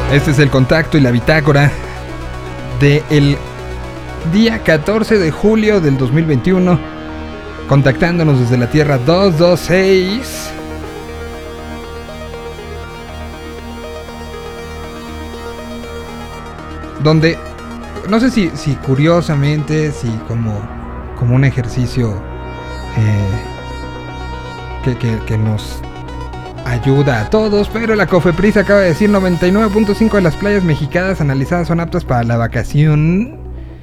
Este es el contacto y la bitácora del día 14 de julio del 2021, contactándonos desde la Tierra 226. Donde, no sé si curiosamente, si como un ejercicio que nos ayuda a todos, pero la Cofepris acaba de decir 99.5 de las playas mexicanas analizadas son aptas para la vacación.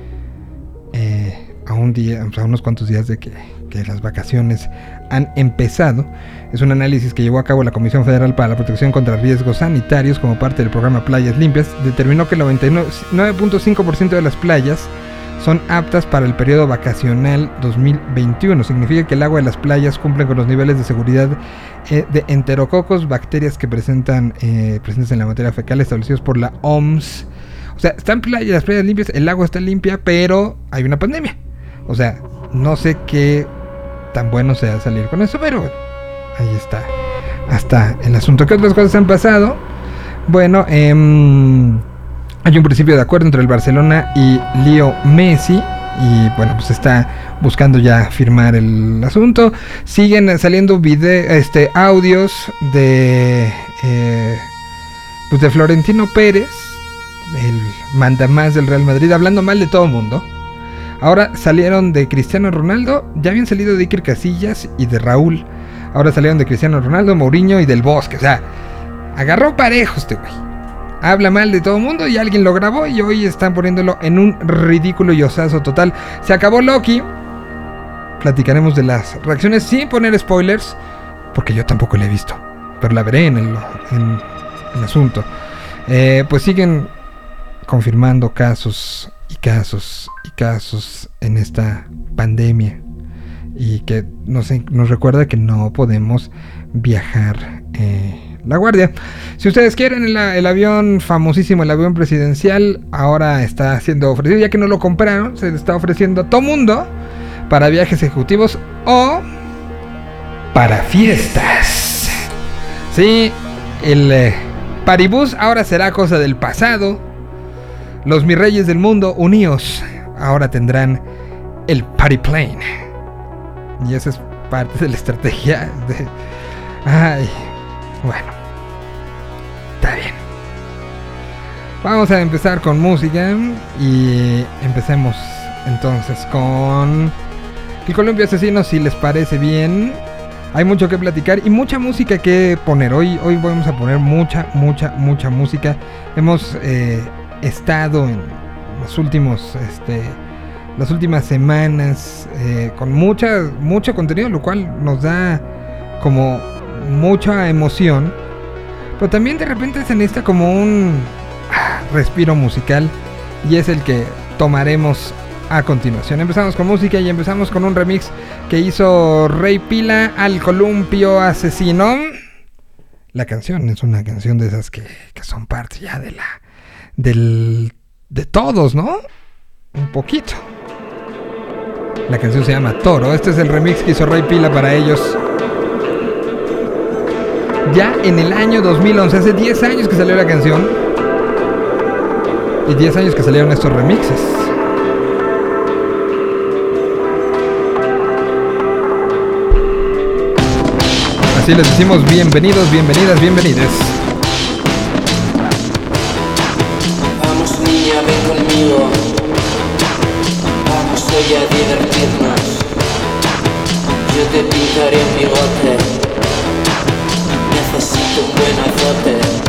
A unos cuantos días de que las vacaciones han empezado. Es un análisis que llevó a cabo la Comisión Federal para la Protección contra Riesgos Sanitarios como parte del programa Playas Limpias. Determinó que el 99.5% de las playas son aptas para el periodo vacacional 2021. Significa que el agua de las playas cumple con los niveles de seguridad de enterococos, bacterias que presentes en la materia fecal establecidos por la OMS. O sea, están las playas limpias, el agua está limpia, pero hay una pandemia. O sea, no sé qué tan bueno sea salir con eso, pero ahí está el asunto. ¿Qué otras cosas han pasado? Bueno, hay un principio de acuerdo entre el Barcelona y Leo Messi. Y bueno, pues está buscando ya firmar el asunto. Siguen saliendo audios de Florentino Pérez, el mandamás del Real Madrid, hablando mal de todo el mundo. Ahora salieron de Cristiano Ronaldo. Ya habían salido de Iker Casillas y de Raúl. Ahora salieron de Cristiano Ronaldo, Mourinho y del Bosque. O sea, agarró parejo este güey. Habla mal de todo el mundo y alguien lo grabó y hoy están poniéndolo en un ridículo y osazo total. Se acabó Loki. Platicaremos de las reacciones sin poner spoilers, porque yo tampoco la he visto, pero la veré en el asunto. Pues siguen confirmando casos en esta pandemia, y que nos recuerda que no podemos viajar la guardia. Si ustedes quieren el avión famosísimo, el avión presidencial, ahora está siendo ofrecido, ya que no lo compraron, se le está ofreciendo a todo mundo para viajes ejecutivos o para fiestas. Sí, el Paribus ahora será cosa del pasado. Los mis reyes del mundo, uníos, ahora tendrán el Party Plane. Y esa es parte de la estrategia de... Ay, bueno, está bien. Vamos a empezar con música. Y empecemos entonces con el Columpio Asesino, si les parece bien. Hay mucho que platicar y mucha música que poner. Hoy vamos a poner mucha música. Hemos estado en las últimas semanas con mucho contenido, lo cual nos da como mucha emoción, pero también de repente se necesita como un respiro musical, y es el que tomaremos a continuación. Empezamos con música y empezamos con un remix que hizo Rey Pila al Columpio Asesino. La canción es una canción de esas que son parte ya de todos, ¿no? Un poquito. La canción se llama Toro. Este es el remix que hizo Rey Pila para ellos. Ya en el año 2011, hace 10 años que salió la canción. Y 10 años que salieron estos remixes. Así les decimos bienvenidos, bienvenidas, bienvenides. Vamos niña, ven conmigo. Vamos hoy a divertirnos. Yo te pintaré un bigote. Necesito un buen azote.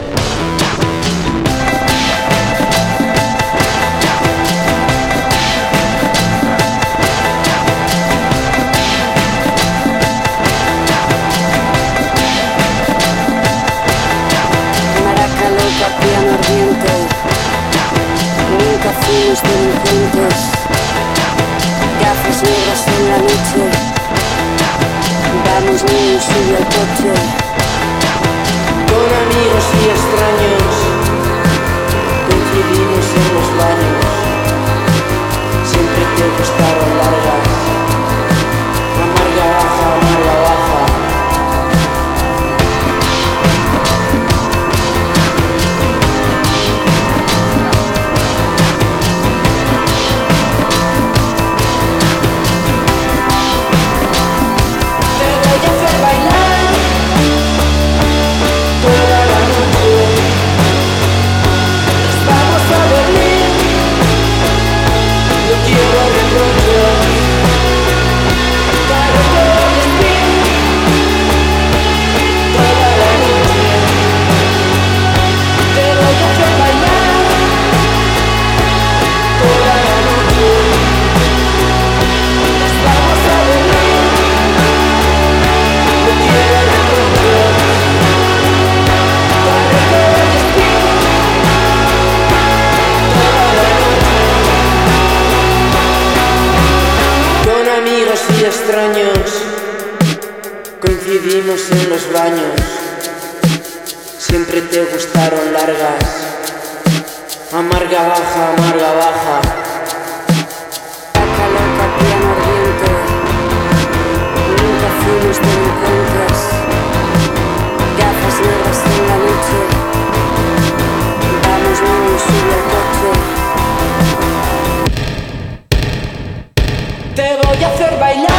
Piano ardiente, nunca fuimos delincuentes, gafas negras en la noche, vamos niños, sube al coche, con amigos y extraños, coincidimos en los baños, siempre te gustaron largas, amarga baja, amarga baja. costaron largas. Amarga baja. Vaca loca, piano ardiente. Nunca fuimos delincuentes. Gafas negras en la noche. Vamos, niños, sube al coche. Te voy a hacer bailar.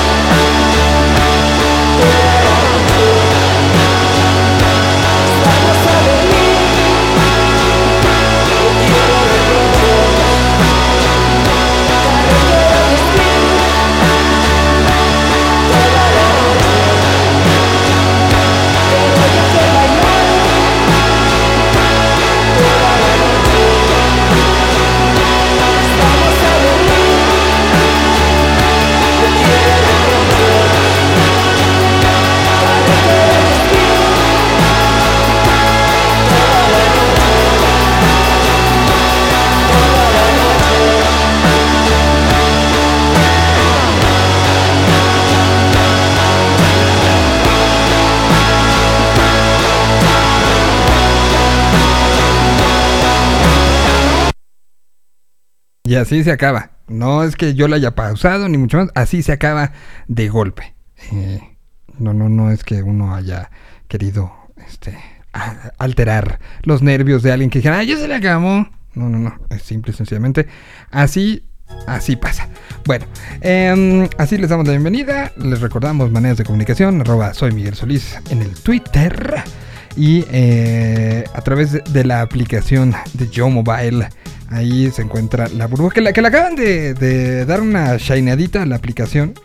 Y así se acaba. No es que yo la haya pausado, ni mucho más. Así se acaba de golpe. No es que uno haya querido alterar los nervios de alguien que dijera, ¡ay, ya se le acabó! No. Es simple y sencillamente así pasa. Bueno, así les damos la bienvenida. Les recordamos maneras de comunicación. @soy Miguel Solís en el Twitter. Y a través de la aplicación de Yo Mobile. Ahí se encuentra la burbuja, que le acaban de dar una shineadita a la aplicación.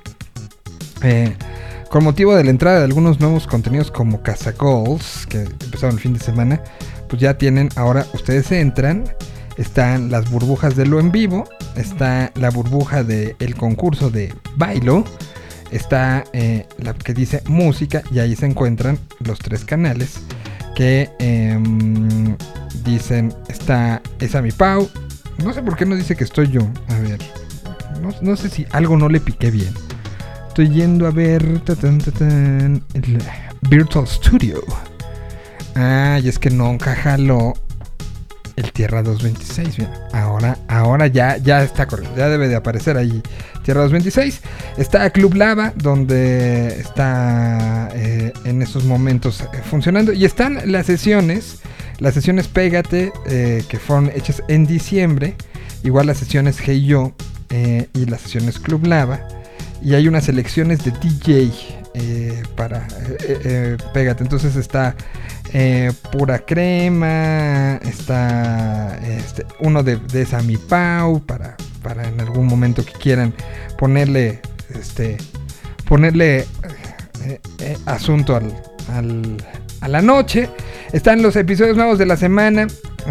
Con motivo de la entrada de algunos nuevos contenidos como Cazagoals, que empezaron el fin de semana. Pues ya tienen, ahora ustedes entran. Están las burbujas de lo en vivo. Está la burbuja del concurso de Bailo. Está la que dice música. Y ahí se encuentran los 3 canales que dicen, está Esa Mi Pau. No sé por qué no dice que estoy yo. A ver, no sé si algo no le piqué bien. Estoy yendo a ver el Virtual Studio. Y es que nunca jaló el Tierra 226. Bien, ahora ya está correcto. Ya debe de aparecer ahí Tierra 226. Está Club Lava, donde está en estos momentos funcionando. Y están las sesiones Pégate, que fueron hechas en diciembre. Igual las sesiones Hey Yo y las sesiones Club Lava. Y hay unas selecciones de DJ para Pégate. Entonces está Pura Crema. Está uno de Esa Mi Pau. Para en algún momento que quieran ponerle asunto a la noche. Están los episodios nuevos de la semana.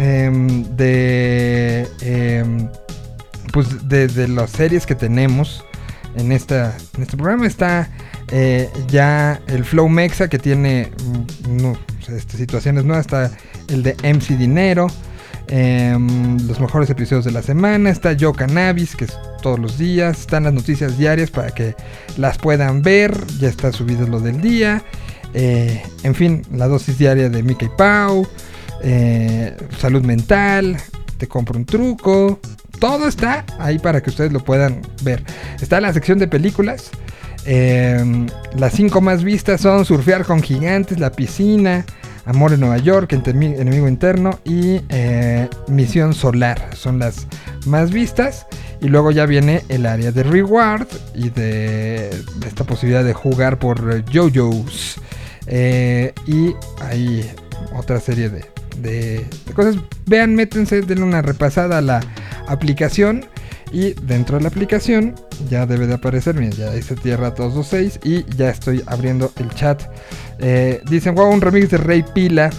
Pues de las series que tenemos en este programa. Está ya el Flow Mexa, que tiene situaciones nuevas. Está el de MC Dinero, los mejores episodios de la semana. Está Yo Cannabis, que es todos los días. Están las noticias diarias para que las puedan ver. Ya está subido lo del día. En fin, la dosis diaria de Mickey Pau, salud mental, te compro un truco. Todo está ahí para que ustedes lo puedan ver. Está la sección de películas. Las 5 más vistas son Surfear con Gigantes, La Piscina, Amor en Nueva York, Enemigo Interno y Misión Solar. Son las más vistas. Y luego ya viene el área de reward y de esta posibilidad de jugar por JoJo's. Y hay otra serie de cosas. Vean, métense, denle una repasada a la aplicación. Y dentro de la aplicación ya debe de aparecer, miren, ya dice Tierra 226 y ya estoy abriendo el chat. Dicen, wow, un remix de Rey Pila.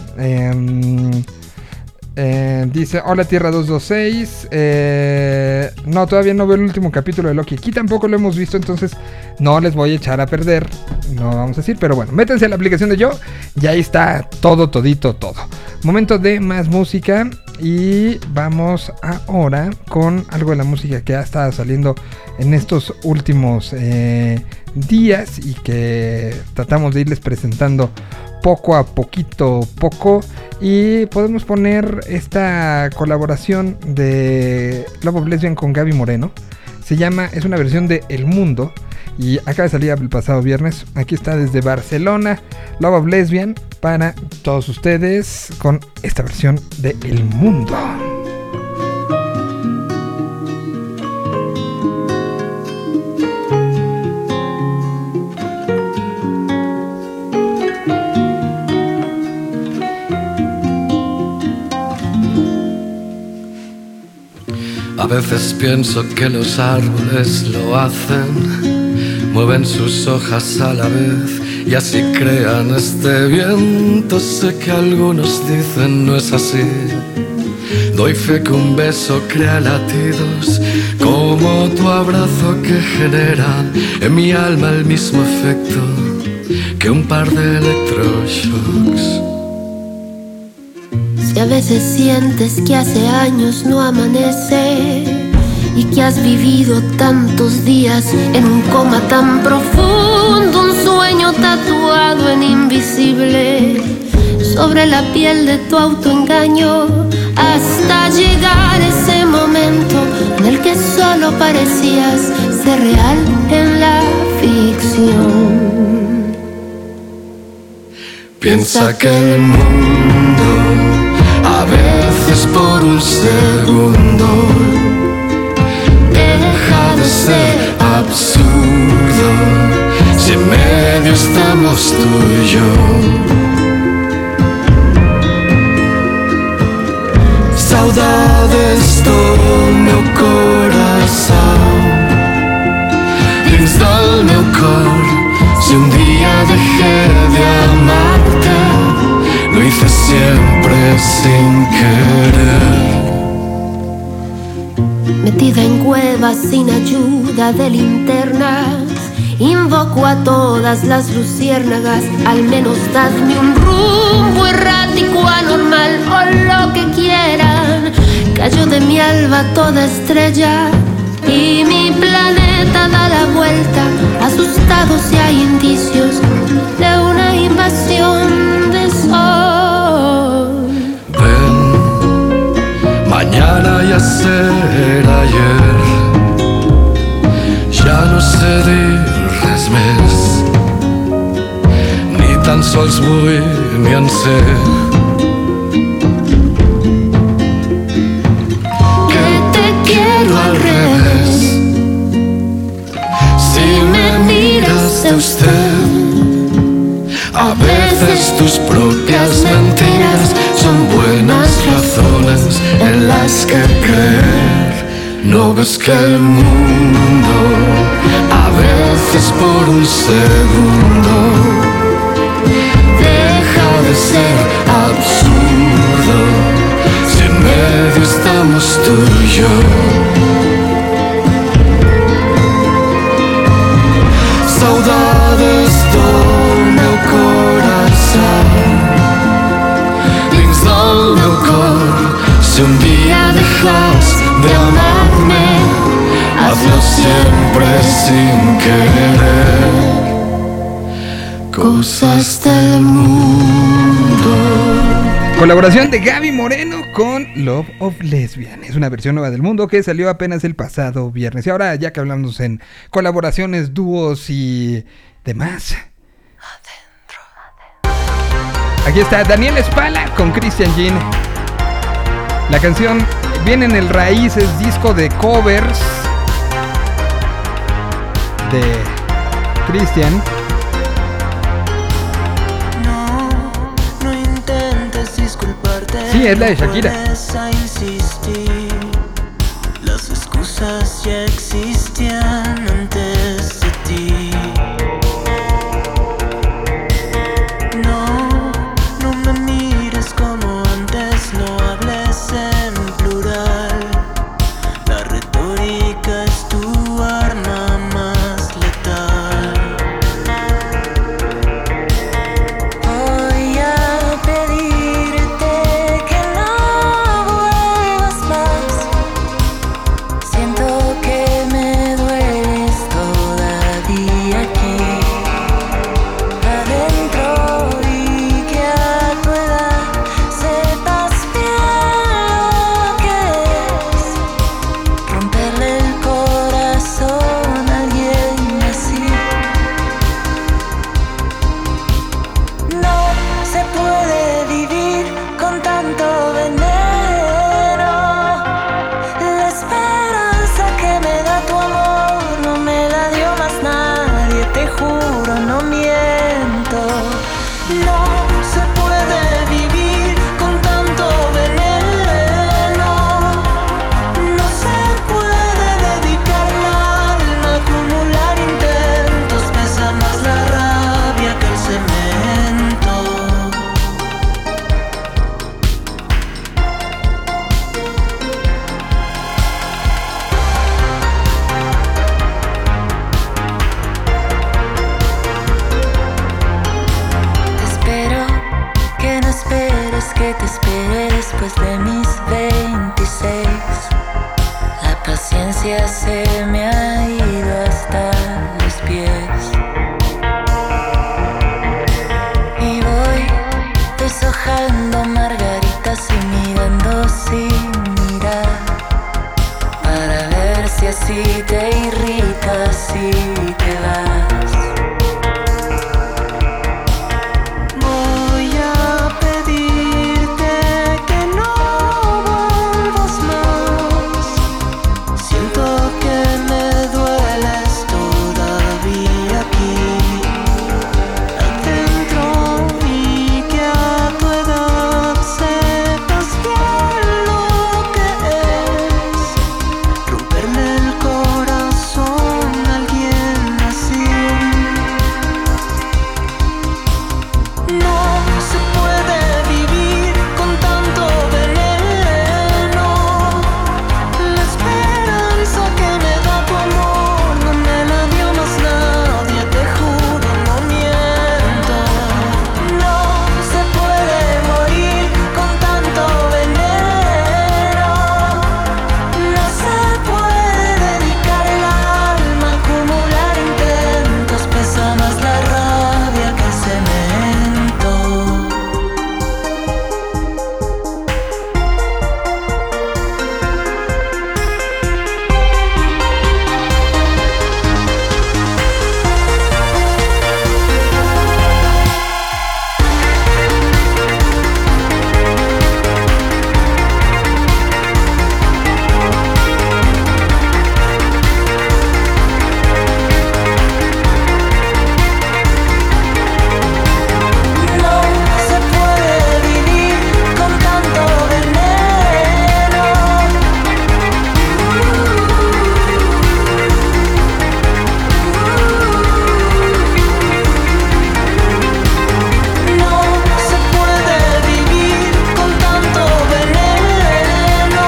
Dice, hola Tierra 226. No, todavía no veo el último capítulo de Loki. Aquí tampoco lo hemos visto, entonces no les voy a echar a perder. No vamos a decir, pero bueno, métanse a la aplicación de Yo. Y ahí está todo. Momento de más música. Y vamos ahora con algo de la música que ha estado saliendo en estos últimos días y que tratamos de irles presentando poco a poquito poco. Y podemos poner esta colaboración de Love of Lesbian con Gaby Moreno. Es una versión de El Mundo y acaba de salir el pasado viernes. Aquí está desde Barcelona, Love of Lesbian para todos ustedes con esta versión de El Mundo. A veces pienso que los árboles lo hacen, mueven sus hojas a la vez y así crean este viento. Sé que algunos dicen no es así. Doy fe que un beso crea latidos, como tu abrazo que genera en mi alma el mismo efecto que un par de electroshocks. Si a veces sientes que hace años no amanece y que has vivido tantos días en un coma tan profundo, un sueño tatuado en invisible sobre la piel de tu autoengaño, hasta llegar ese momento en el que solo parecías ser real en la ficción. Piensa que el mundo a veces por un segundo deja de ser absurdo, si en medio estamos tú y yo. Saudades do meu coração, dins del meu cor. Si un día dejé de amarte, lo hice siempre sin querer. Metida en cuevas sin ayuda de linternas, invoco a todas las luciérnagas. Al menos dadme un rumbo errático, anormal o lo que quieran. Cayó de mi alba toda estrella y mi planeta da la vuelta, asustado si hay indicios de una invasión de sol. Ven, mañana ya será ayer, ja no sé dir res més, ni tan sols vull ni en ser. Que te quiero al revés. Si me miras de usted, a veces tus propias mentiras son buenas razones en las que creer. No ves que el mundo a veces por un segundo deja de ser absurdo, si en medio estamos tú y yo. Saudades do meu coração, dins del meu cor. Si un día dejas de amarme, hazlo siempre sin querer. Cosas del mundo. Colaboración de Gaby Moreno con Love of Lesbian. Es una versión nueva del mundo que salió apenas el pasado viernes. Y ahora, ya que hablamos en colaboraciones, dúos y demás, aquí está Daniel Espala con Christian Jean. La canción viene en el Raíces, disco de covers de Christian. Sí, es la de Shakira. Las excusas ya existían antes de ti. No me mires como antes, no hables en plural. La retórica es tu arma más letal. Voy a pedirte que no vuelvas más. Siento que me duele que después de mis 26 la paciencia se me ha ido hasta los pies. Y voy deshojando margaritas y mirando sin mirar, para ver si así te irritas y te vas. Voy a pedirte que no vuelvas más. Siento que me dueles todavía aquí adentro, y que a tu edad sepas bien lo que es romperle el corazón a alguien así. No se puede vivir con tanto veneno. La esperanza que me da tu amor no me la dio más nadie, te juro, no miento. No se puede morir con tanto veneno. No se puede dedicar el alma a acumular intentos, pesa más la rabia que el cemento. No se puede vivir con tanto veneno. No se puede vivir con tanto veneno.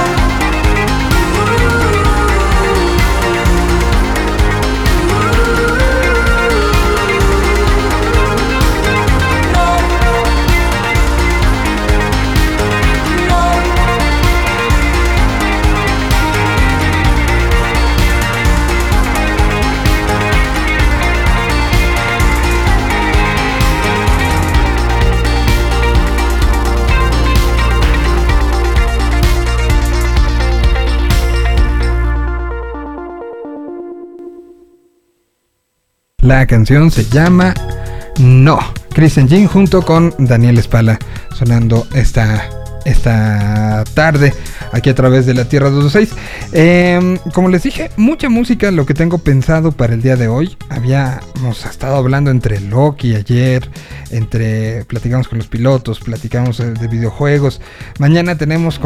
La canción se llama No. Christian Jean junto con Daniel Espala sonando esta tarde aquí a través de la Tierra 226. Como les dije, mucha música lo que tengo pensado para el día de hoy. Habíamos estado hablando entre Loki ayer, platicamos con los pilotos, platicamos de videojuegos. Mañana tendremos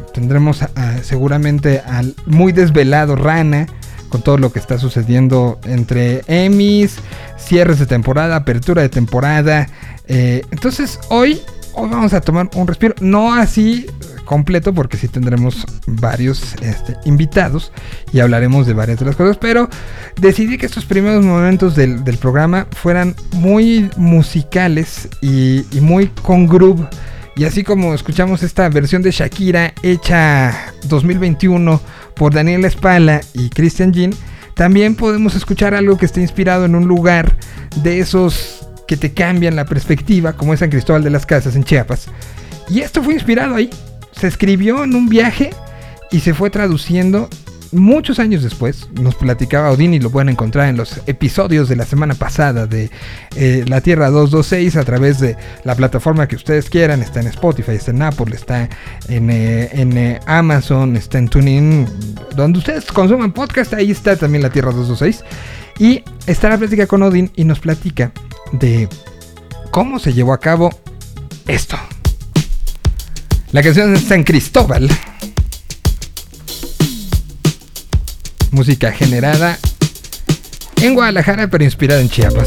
seguramente al muy desvelado Rana, con todo lo que está sucediendo entre Emmys, cierres de temporada, apertura de temporada. Entonces hoy vamos a tomar un respiro, no así completo, porque sí tendremos varios invitados y hablaremos de varias de las cosas, pero decidí que estos primeros momentos del programa fueran muy musicales y muy con groove. Y así como escuchamos esta versión de Shakira hecha 2021 por Daniel Espala y Christian Jean, también podemos escuchar algo que esté inspirado en un lugar de esos que te cambian la perspectiva, como es San Cristóbal de las Casas en Chiapas. Y esto fue inspirado ahí, se escribió en un viaje y se fue traduciendo muchos años después. Nos platicaba Odín, y lo pueden encontrar en los episodios de la semana pasada de La Tierra 226 a través de la plataforma que ustedes quieran. Está en Spotify, está en Apple, está en Amazon, está en TuneIn, donde ustedes consuman podcast. Ahí está también La Tierra 226. Y está la plática con Odín y nos platica de cómo se llevó a cabo esto. La canción es San Cristóbal, música generada en Guadalajara pero inspirada en Chiapas.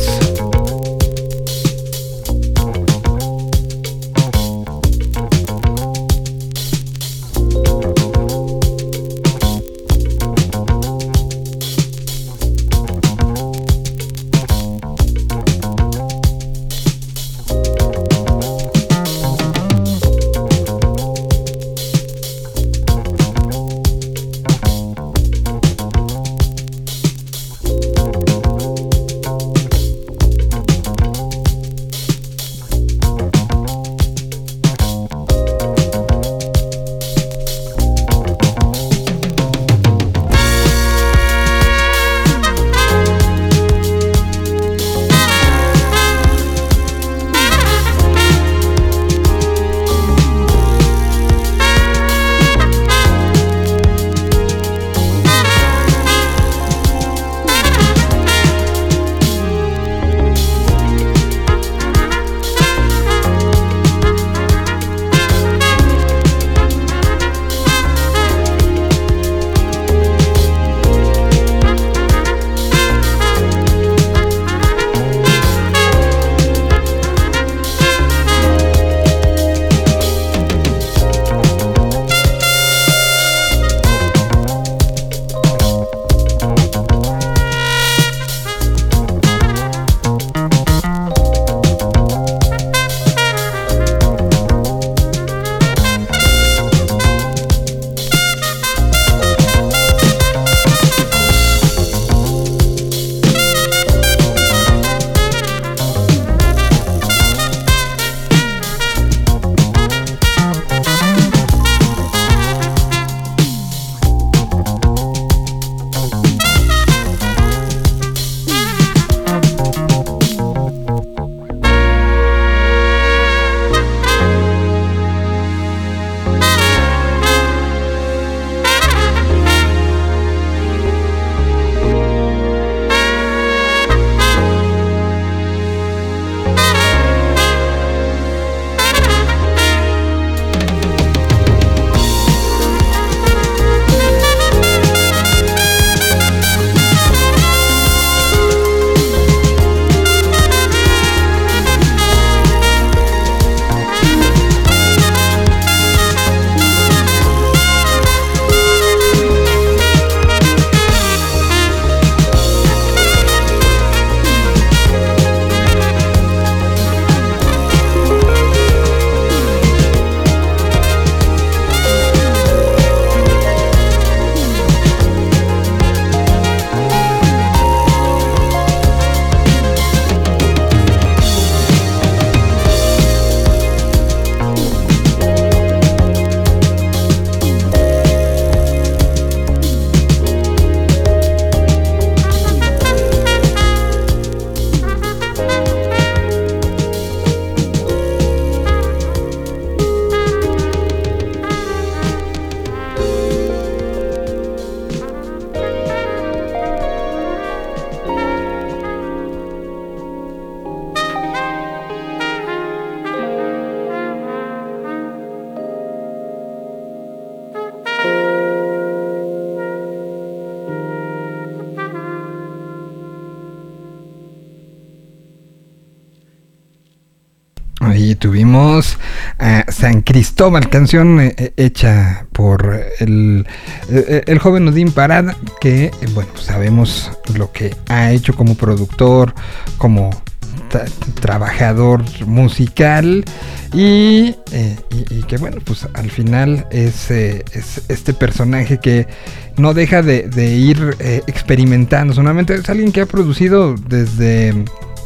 tuvimos a San Cristóbal, canción hecha por el joven Odín Parada, que bueno, sabemos lo que ha hecho como productor, como trabajador musical y que bueno, pues al final es este personaje que no deja de ir experimentando. Solamente es alguien que ha producido desde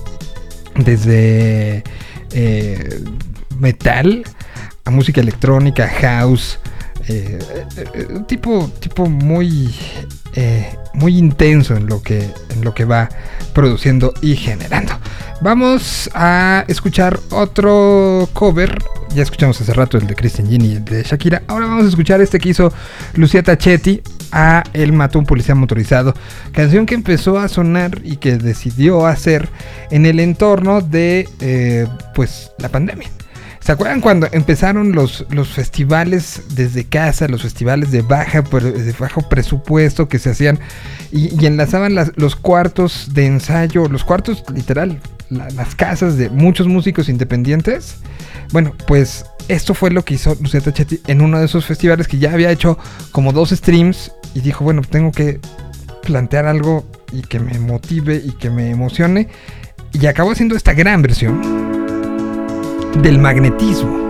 metal a música electrónica, house, tipo muy intenso en lo que va produciendo y generando. Vamos a escuchar otro cover. Ya escuchamos hace rato el de Christian Jean y el de Shakira. Ahora vamos a escuchar este que hizo Lucía Tachetti, a Él mató a un policía motorizado. Canción que empezó a sonar y que decidió hacer en el entorno de pues la pandemia. ¿Se acuerdan cuando empezaron los festivales desde casa, los festivales de bajo presupuesto que se hacían y enlazaban los cuartos de ensayo, los cuartos literal, las casas de muchos músicos independientes? Bueno, pues esto fue lo que hizo Lucía Tachetti en uno de esos festivales, que ya había hecho como 2 streams y dijo, bueno, tengo que plantear algo y que me motive y que me emocione, y acabó haciendo esta gran versión del magnetismo.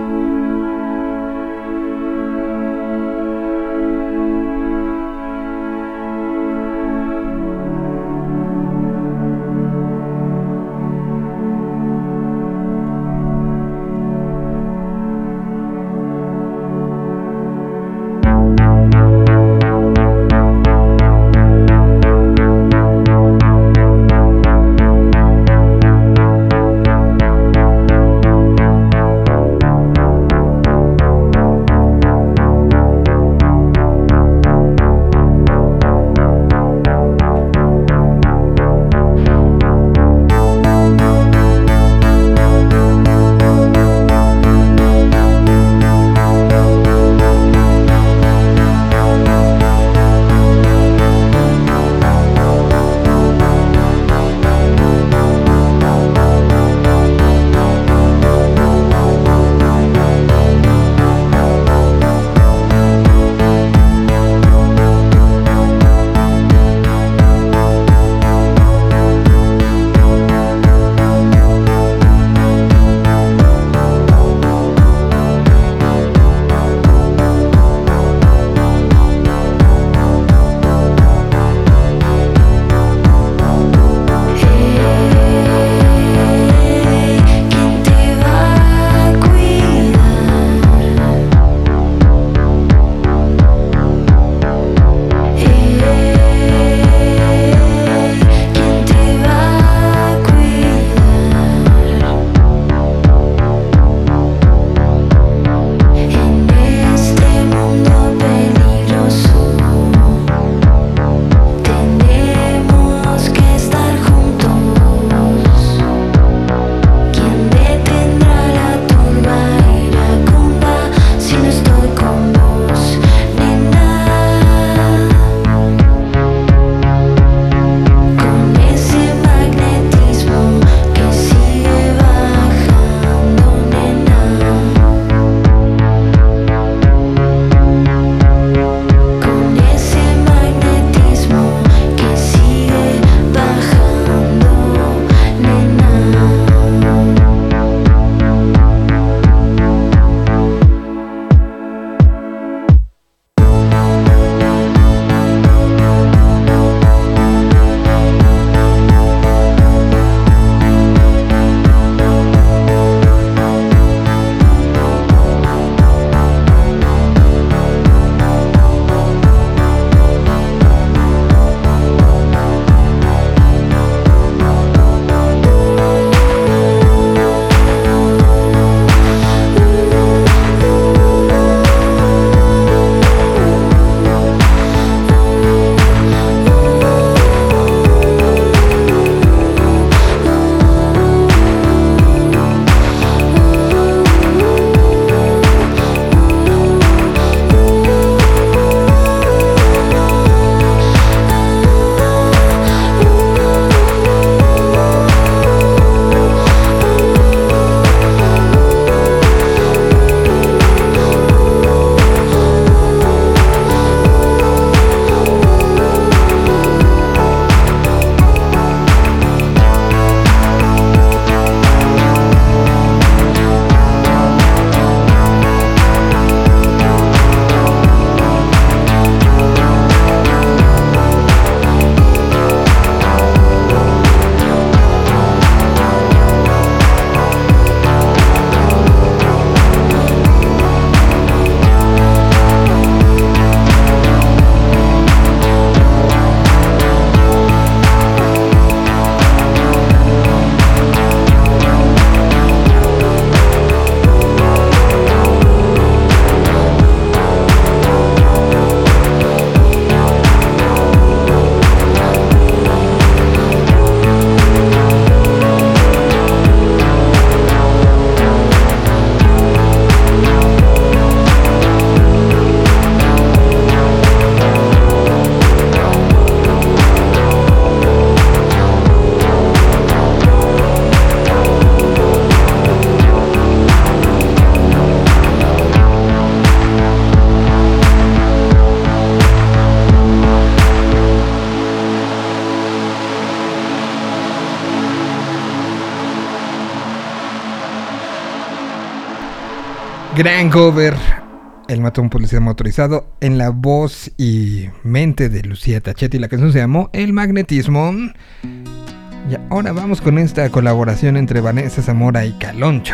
Gran cover. Él mató a un policía motorizado en la voz y mente de Lucía Tachetti. La canción se llamó El Magnetismo. Y ahora vamos con esta colaboración entre Vanessa Zamora y Caloncho.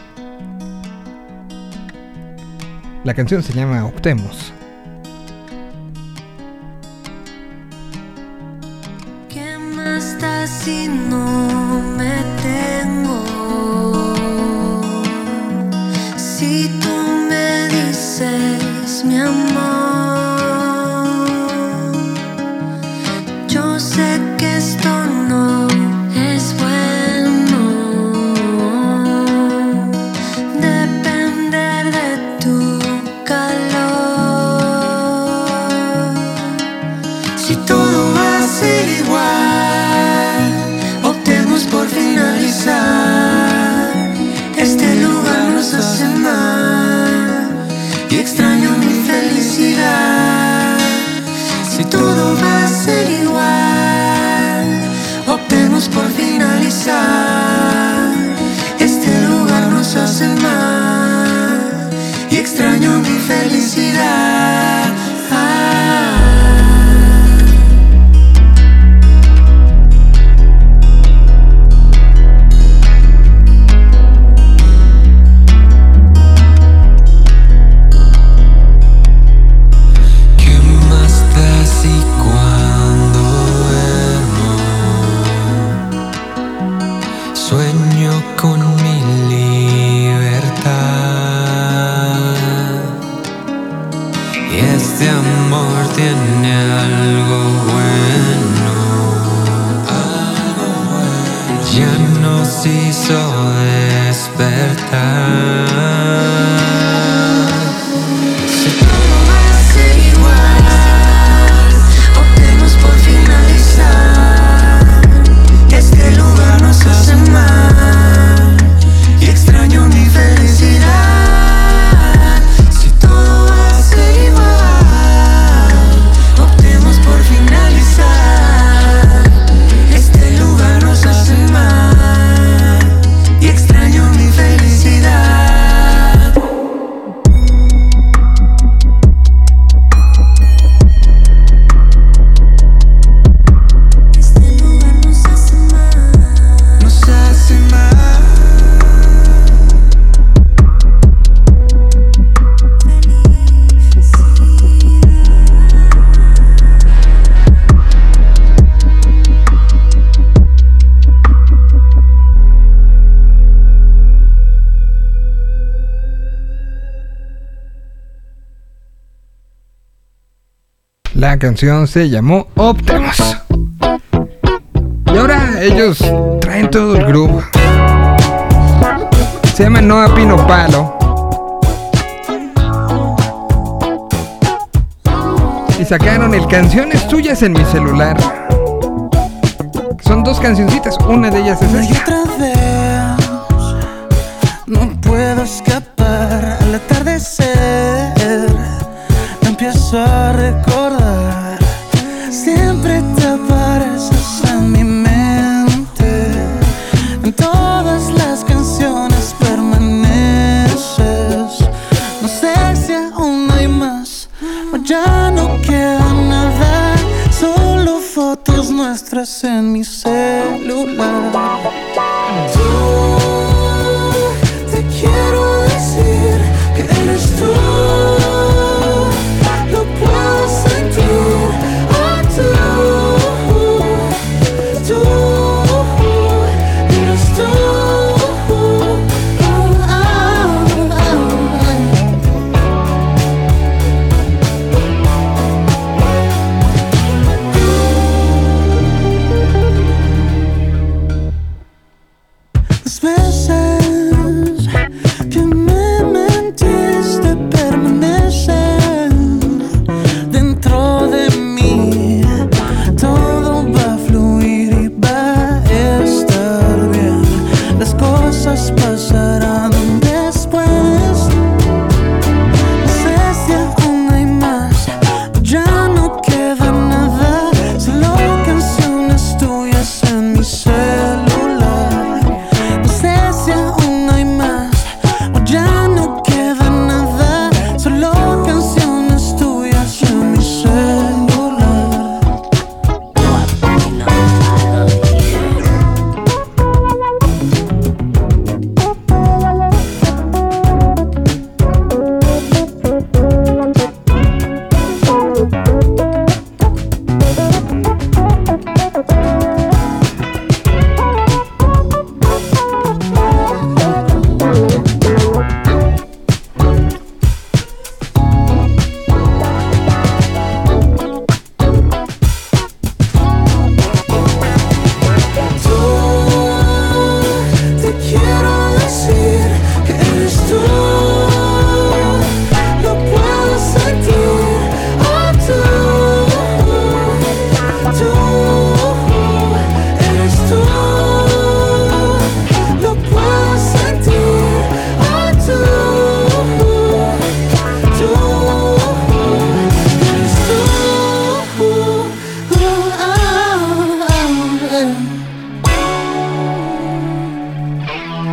La canción se llama Optemos. ¿Qué más da si no me tengo? Si tú me dices mi amor, yo sé que esto no es bueno. Depender de tu calor. Si todo va a ser igual, optemos por finalizar. Este lugar nos hace mal y extraño mi felicidad. Si todo va a ser igual, optemos por finalizar. Este lugar nos hace mal y extraño mi felicidad. La canción se llamó Optemos. Y ahora ellos traen todo el groove. Se llama Noa Pino Palo. Y sacaron el Canciones Tuyas en mi celular. Son dos cancioncitas, una de ellas es esta. Otra vez, no puedo escapar al atardecer. Empiezo a recordar, siempre te apareces en mi mente. En todas las canciones permaneces. No sé si aún hay más o ya no queda nada. Solo fotos nuestras en mi celular. Tú, te quiero decir que eres tú. Veces que me mentiste, pero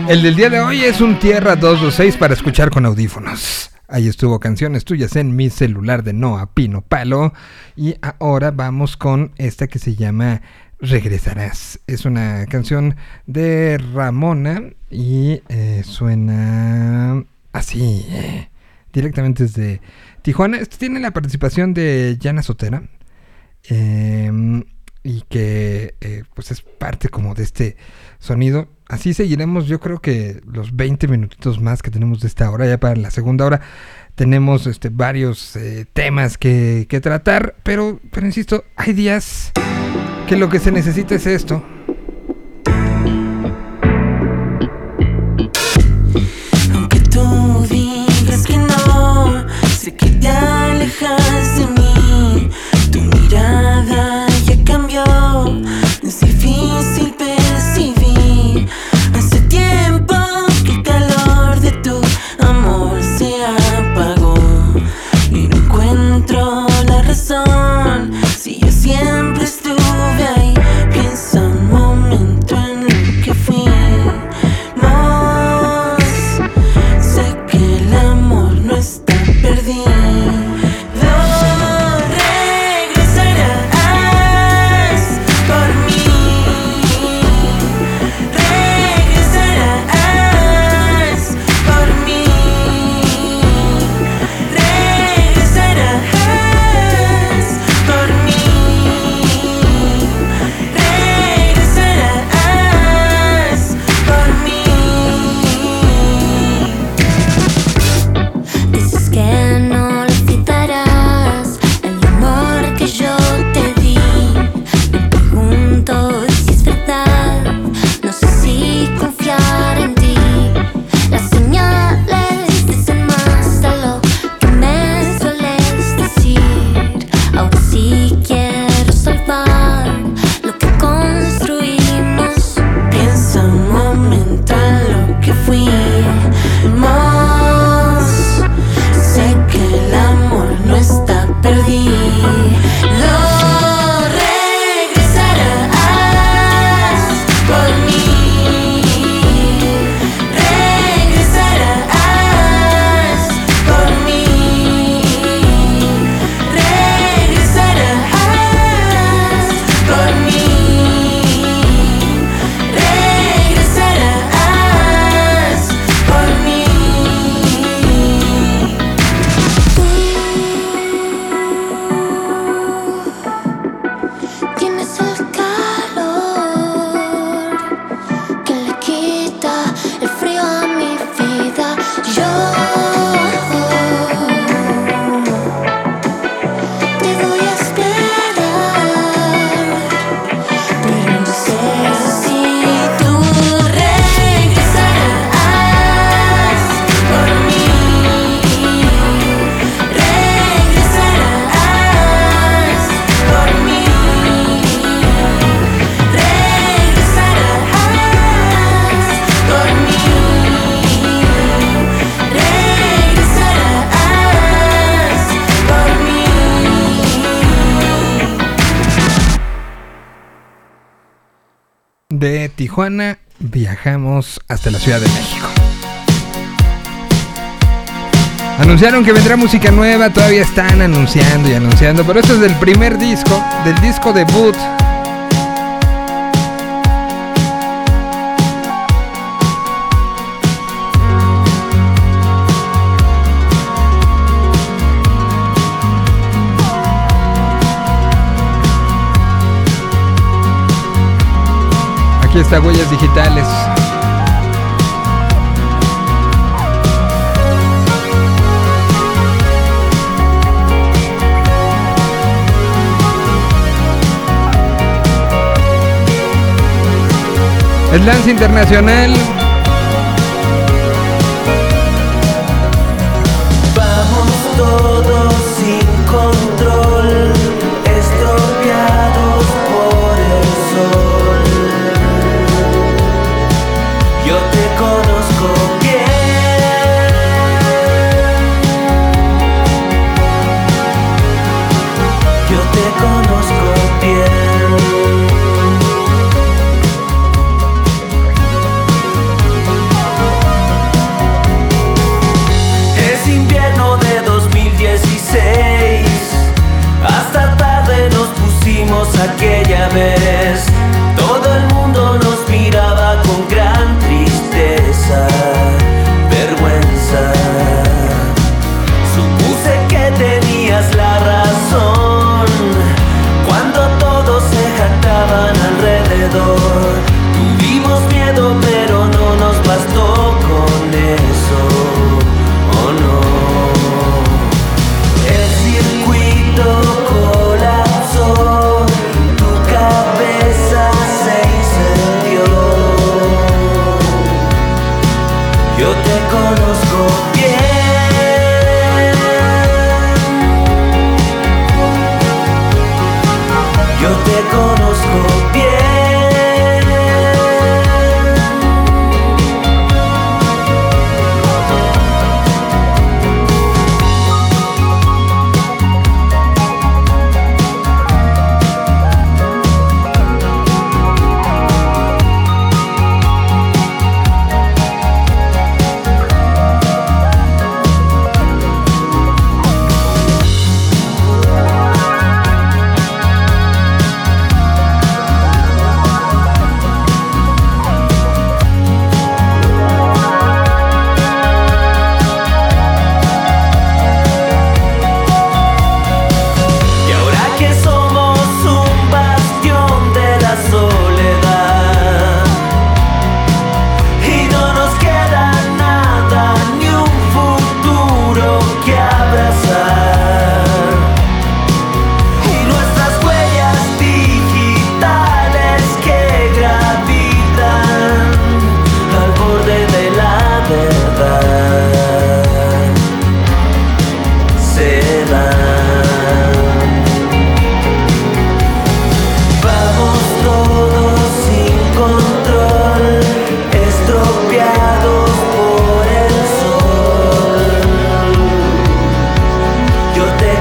El del día de hoy es un Tierra 226 para escuchar con audífonos. Ahí estuvo Canciones Tuyas en mi celular de Noa Pino Palo. Y ahora vamos con esta que se llama Regresarás. Es una canción de Ramona y suena así, directamente desde Tijuana. Esto tiene la participación de Yana Sotera. Y que pues es parte como de este sonido. Así seguiremos, yo creo que los 20 minutitos más que tenemos de esta hora. Ya para la segunda hora tenemos varios temas que tratar, pero insisto, hay días que lo que se necesita es esto. Aunque tú digas que no, sé que te alejas de mí. Tu mirada ya cambió, es difícil percibir. Hace tiempo que el calor de tu amor se apagó y no encuentro la razón. Si yo siempre estuve ahí, piensa un momento en lo que fuimos. Sé que el amor no está perdido. De Tijuana viajamos hasta la Ciudad de México. Anunciaron que vendrá música nueva, todavía están anunciando y anunciando, pero esto es del primer disco, del disco debut. Aquí está Huellas Digitales. Es Lance Internacional. Vamos todos sin control, estropeados por el sol. Yo te conozco bien. Yo te conozco bien.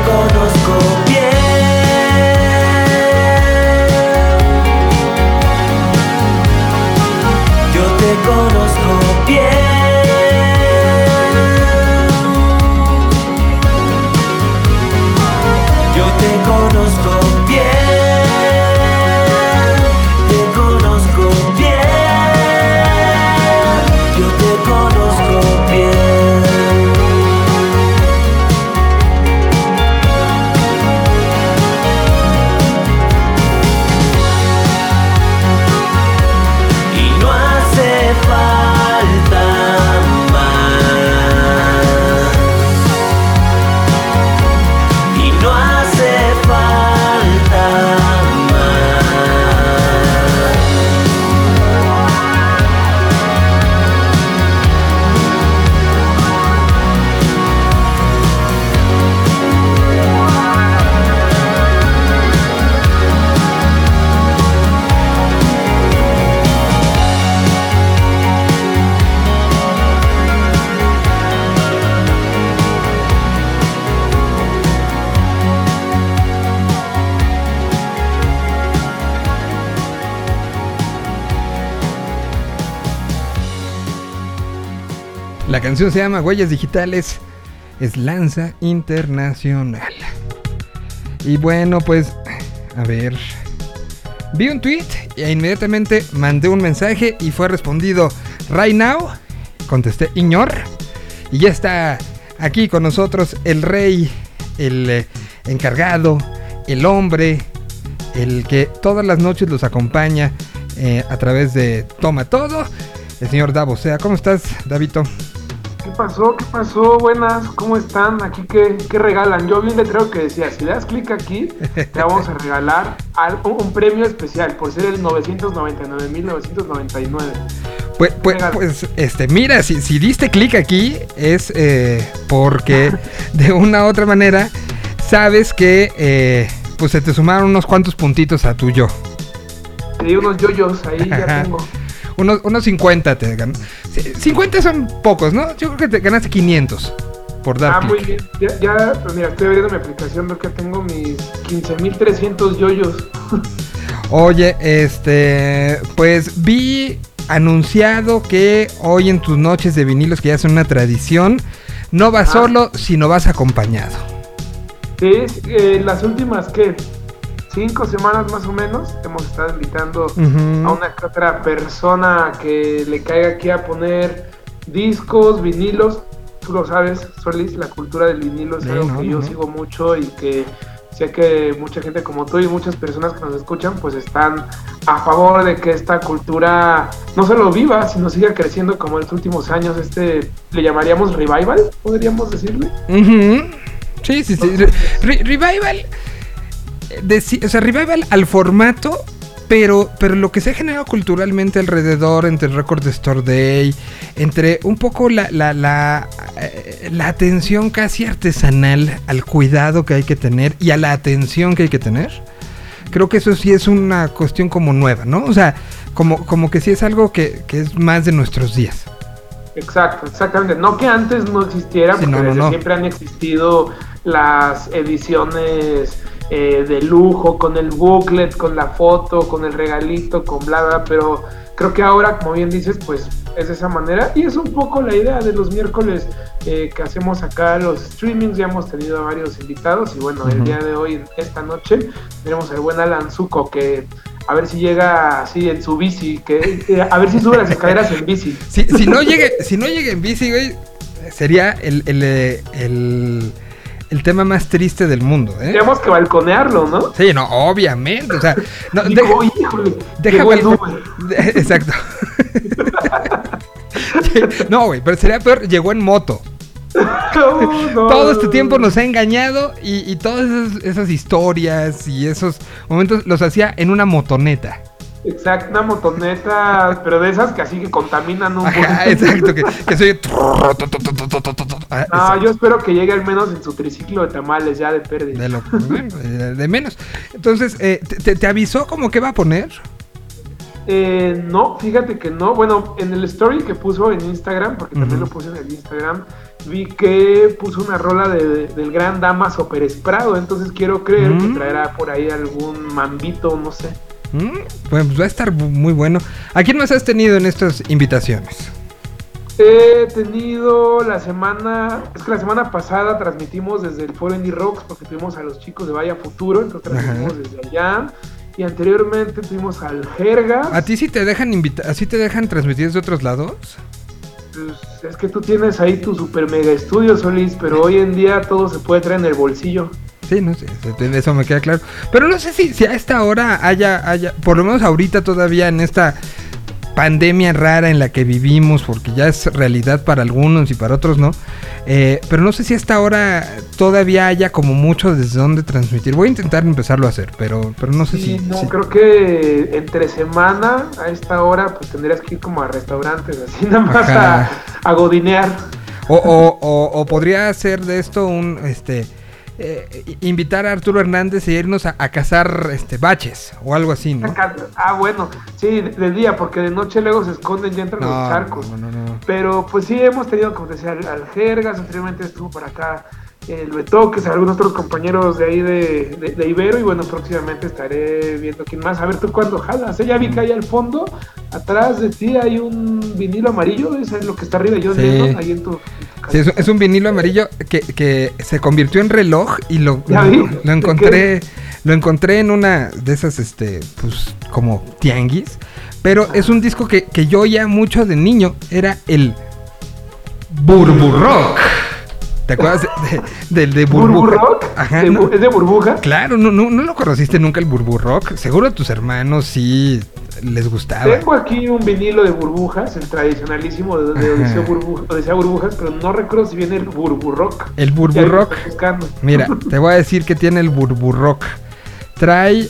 conozco bien. Yo te conozco bien. Yo te conozco bien. Te conozco bien. Yo te conozco bien. Y no hace falta más. Y no hace falta más. La canción se llama Huellas Digitales, es Lanza Internacional. Y bueno, pues, a ver, vi un tweet e inmediatamente mandé un mensaje y fue respondido right now. Contesté ignor y ya está aquí con nosotros el rey, el encargado, el hombre, el que todas las noches los acompaña a través de Toma Todo, el señor Davo. O sea, ¿cómo estás, Davito? ¿Qué pasó? ¿Qué pasó? Buenas, ¿cómo están? Aquí, ¿qué regalan? Yo vi un letrero que decía, si le das clic aquí, te vamos a regalar un premio especial por ser el 999.999. Pues, mira, si diste clic aquí es porque de una u otra manera sabes que pues se te sumaron unos cuantos puntitos a tu yo. Sí, unos yoyos, ahí ya tengo. Unos 50 te ganan. 50 son pocos, ¿no? Yo creo que te ganaste 500 por dar clic. Muy bien. Ya, pues mira, estoy abriendo mi aplicación, veo que tengo mis 15.300 yoyos. Oye, pues vi anunciado que hoy en tus noches de vinilos, que ya son una tradición, no vas solo, sino vas acompañado. Sí, las últimas, ¿qué? 5 semanas más o menos hemos estado invitando a una que otra persona que le caiga aquí a poner discos, vinilos. Tú lo sabes, Solís, la cultura del vinilo es algo que yo sigo mucho y que sé que mucha gente como tú y muchas personas que nos escuchan pues están a favor de que esta cultura no solo viva, sino siga creciendo como en los últimos años. Le llamaríamos revival, podríamos decirle. Sí. Revival. O sea, revival al formato, pero lo que se ha generado culturalmente alrededor, entre el Record Store Day, entre un poco la atención casi artesanal al cuidado que hay que tener y a la atención que hay que tener, creo que eso sí es una cuestión como nueva, ¿no? O sea, como que sí es algo que es más de nuestros días. Exactamente. No que antes no existiera, porque desde siempre han existido las ediciones de lujo, con el booklet, con la foto, con el regalito, con bla bla, pero creo que ahora, como bien dices, pues es de esa manera, y es un poco la idea de los miércoles que hacemos acá los streamings. Ya hemos tenido a varios invitados y bueno, el día de hoy, esta noche, tenemos al buen Alan Zuko, que a ver si llega así en su bici, a ver si sube las escaleras en bici. Si no llega en bici, güey, sería el tema más triste del mundo, ¿eh? Tenemos que balconearlo, ¿no? Sí, no, obviamente, o sea, no, híjole, exacto. No, güey, pero sería peor, llegó en moto. Todo este tiempo nos ha engañado y todas esas historias y esos momentos los hacía en una motoneta. Exacto, una motoneta, pero de esas que así que contaminan un poco. Exacto, que soy... No, yo espero que llegue al menos en su triciclo de tamales, ya de pérdida. De menos. Entonces, ¿te avisó como que va a poner? No, fíjate que no. Bueno, en el story que puso en Instagram, porque también lo puse en el Instagram, vi que puso una rola del gran Damaso Pérez Prado, entonces quiero creer que traerá por ahí algún mambito, no sé. Pues va a estar muy bueno. ¿A quién más has tenido en estas invitaciones? He tenido la semana pasada transmitimos desde el Foro Indie Rocks porque tuvimos a los chicos de Vaya Futuro, entonces transmitimos desde allá. Y anteriormente tuvimos al Jergas. ¿A ti sí te dejan así te dejan transmitir desde otros lados? Pues es que tú tienes ahí tu super mega estudio, Solís, pero hoy en día todo se puede traer en el bolsillo. Sí, no sé, eso me queda claro. Pero no sé si a esta hora haya, por lo menos ahorita todavía en esta pandemia rara en la que vivimos, porque ya es realidad para algunos y para otros no, pero no sé si a esta hora todavía haya como mucho desde donde transmitir. Voy a intentar empezarlo a hacer, pero no sé si... Creo que entre semana a esta hora pues tendrías que ir como a restaurantes, así nada más a godinear. O podría hacer de esto un... invitar a Arturo Hernández e irnos a cazar baches o algo así, ¿no? Bueno, sí, de día, porque de noche luego se esconden y entran los charcos. No. Pero pues sí, hemos tenido, como decía, al Jergas, anteriormente estuvo por acá el Betoques, algunos otros compañeros de ahí de Ibero, y bueno, próximamente estaré viendo quién más. A ver, ¿tú cuándo jalas? Ya vi que ahí al fondo, atrás de ti hay un vinilo amarillo, eso es lo que está arriba, yo viendo ahí en tu sí, es un vinilo amarillo que se convirtió en reloj y lo encontré en una de esas, pues, como tianguis, pero es un disco que yo oía mucho de niño, era el Burburrock. ¿Te acuerdas del de Burbuja? ¿Burburrock? Ajá. ¿Es de Burbuja? Claro, no lo conociste nunca el Burburrock. Seguro a tus hermanos sí les gustaba. Tengo aquí un vinilo de Burbujas, el tradicionalísimo de Odisea Burbujas, pero no recuerdo si viene el Burburrock. El Burburrock. Mira, te voy a decir que tiene el Burburrock. Trae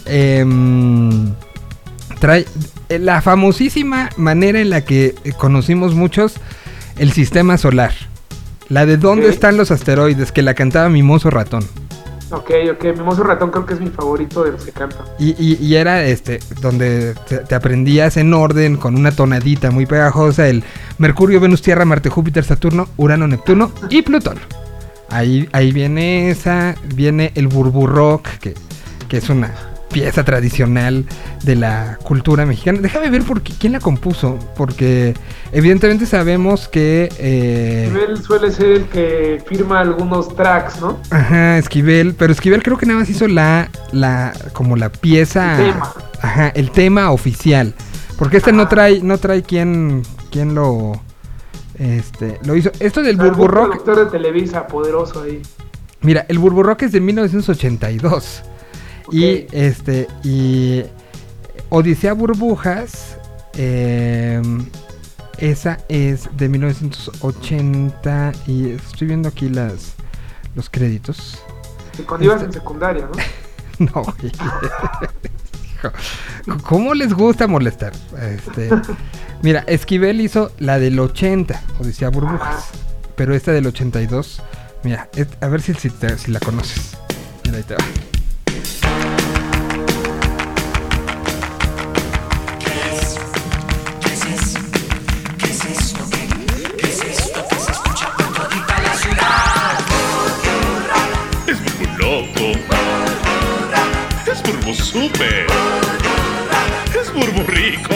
la famosísima manera en la que conocimos muchos el sistema solar. La de ¿Dónde están los asteroides? Que la cantaba Mimoso Ratón. Ok, Mimoso Ratón creo que es mi favorito de los que cantan. Y era donde te aprendías en orden, con una tonadita muy pegajosa, el Mercurio, Venus, Tierra, Marte, Júpiter, Saturno, Urano, Neptuno y Plutón. Ahí viene viene el Burburrock, que es una pieza tradicional de la cultura mexicana. Déjame ver quién la compuso, porque evidentemente sabemos que... Esquivel suele ser el que firma algunos tracks, ¿no? Ajá, Esquivel, pero Esquivel creo que nada más hizo como la pieza... El tema. Ajá, el tema oficial, porque no trae quién lo hizo. Esto del Burburrock... El productor de Televisa, poderoso ahí. Mira, el Burburrock es de 1982. Okay. Y Odisea Burbujas, esa es de 1980 y estoy viendo aquí los créditos. Y cuando ibas en secundaria, ¿no? No, güey. ¿Cómo les gusta molestar? Mira, Esquivel hizo la del 80, Odisea Burbujas, pero esta del 82, mira, a ver si la conoces. Mira, ahí te va. Es Burbu Super. Es Burbu Rico.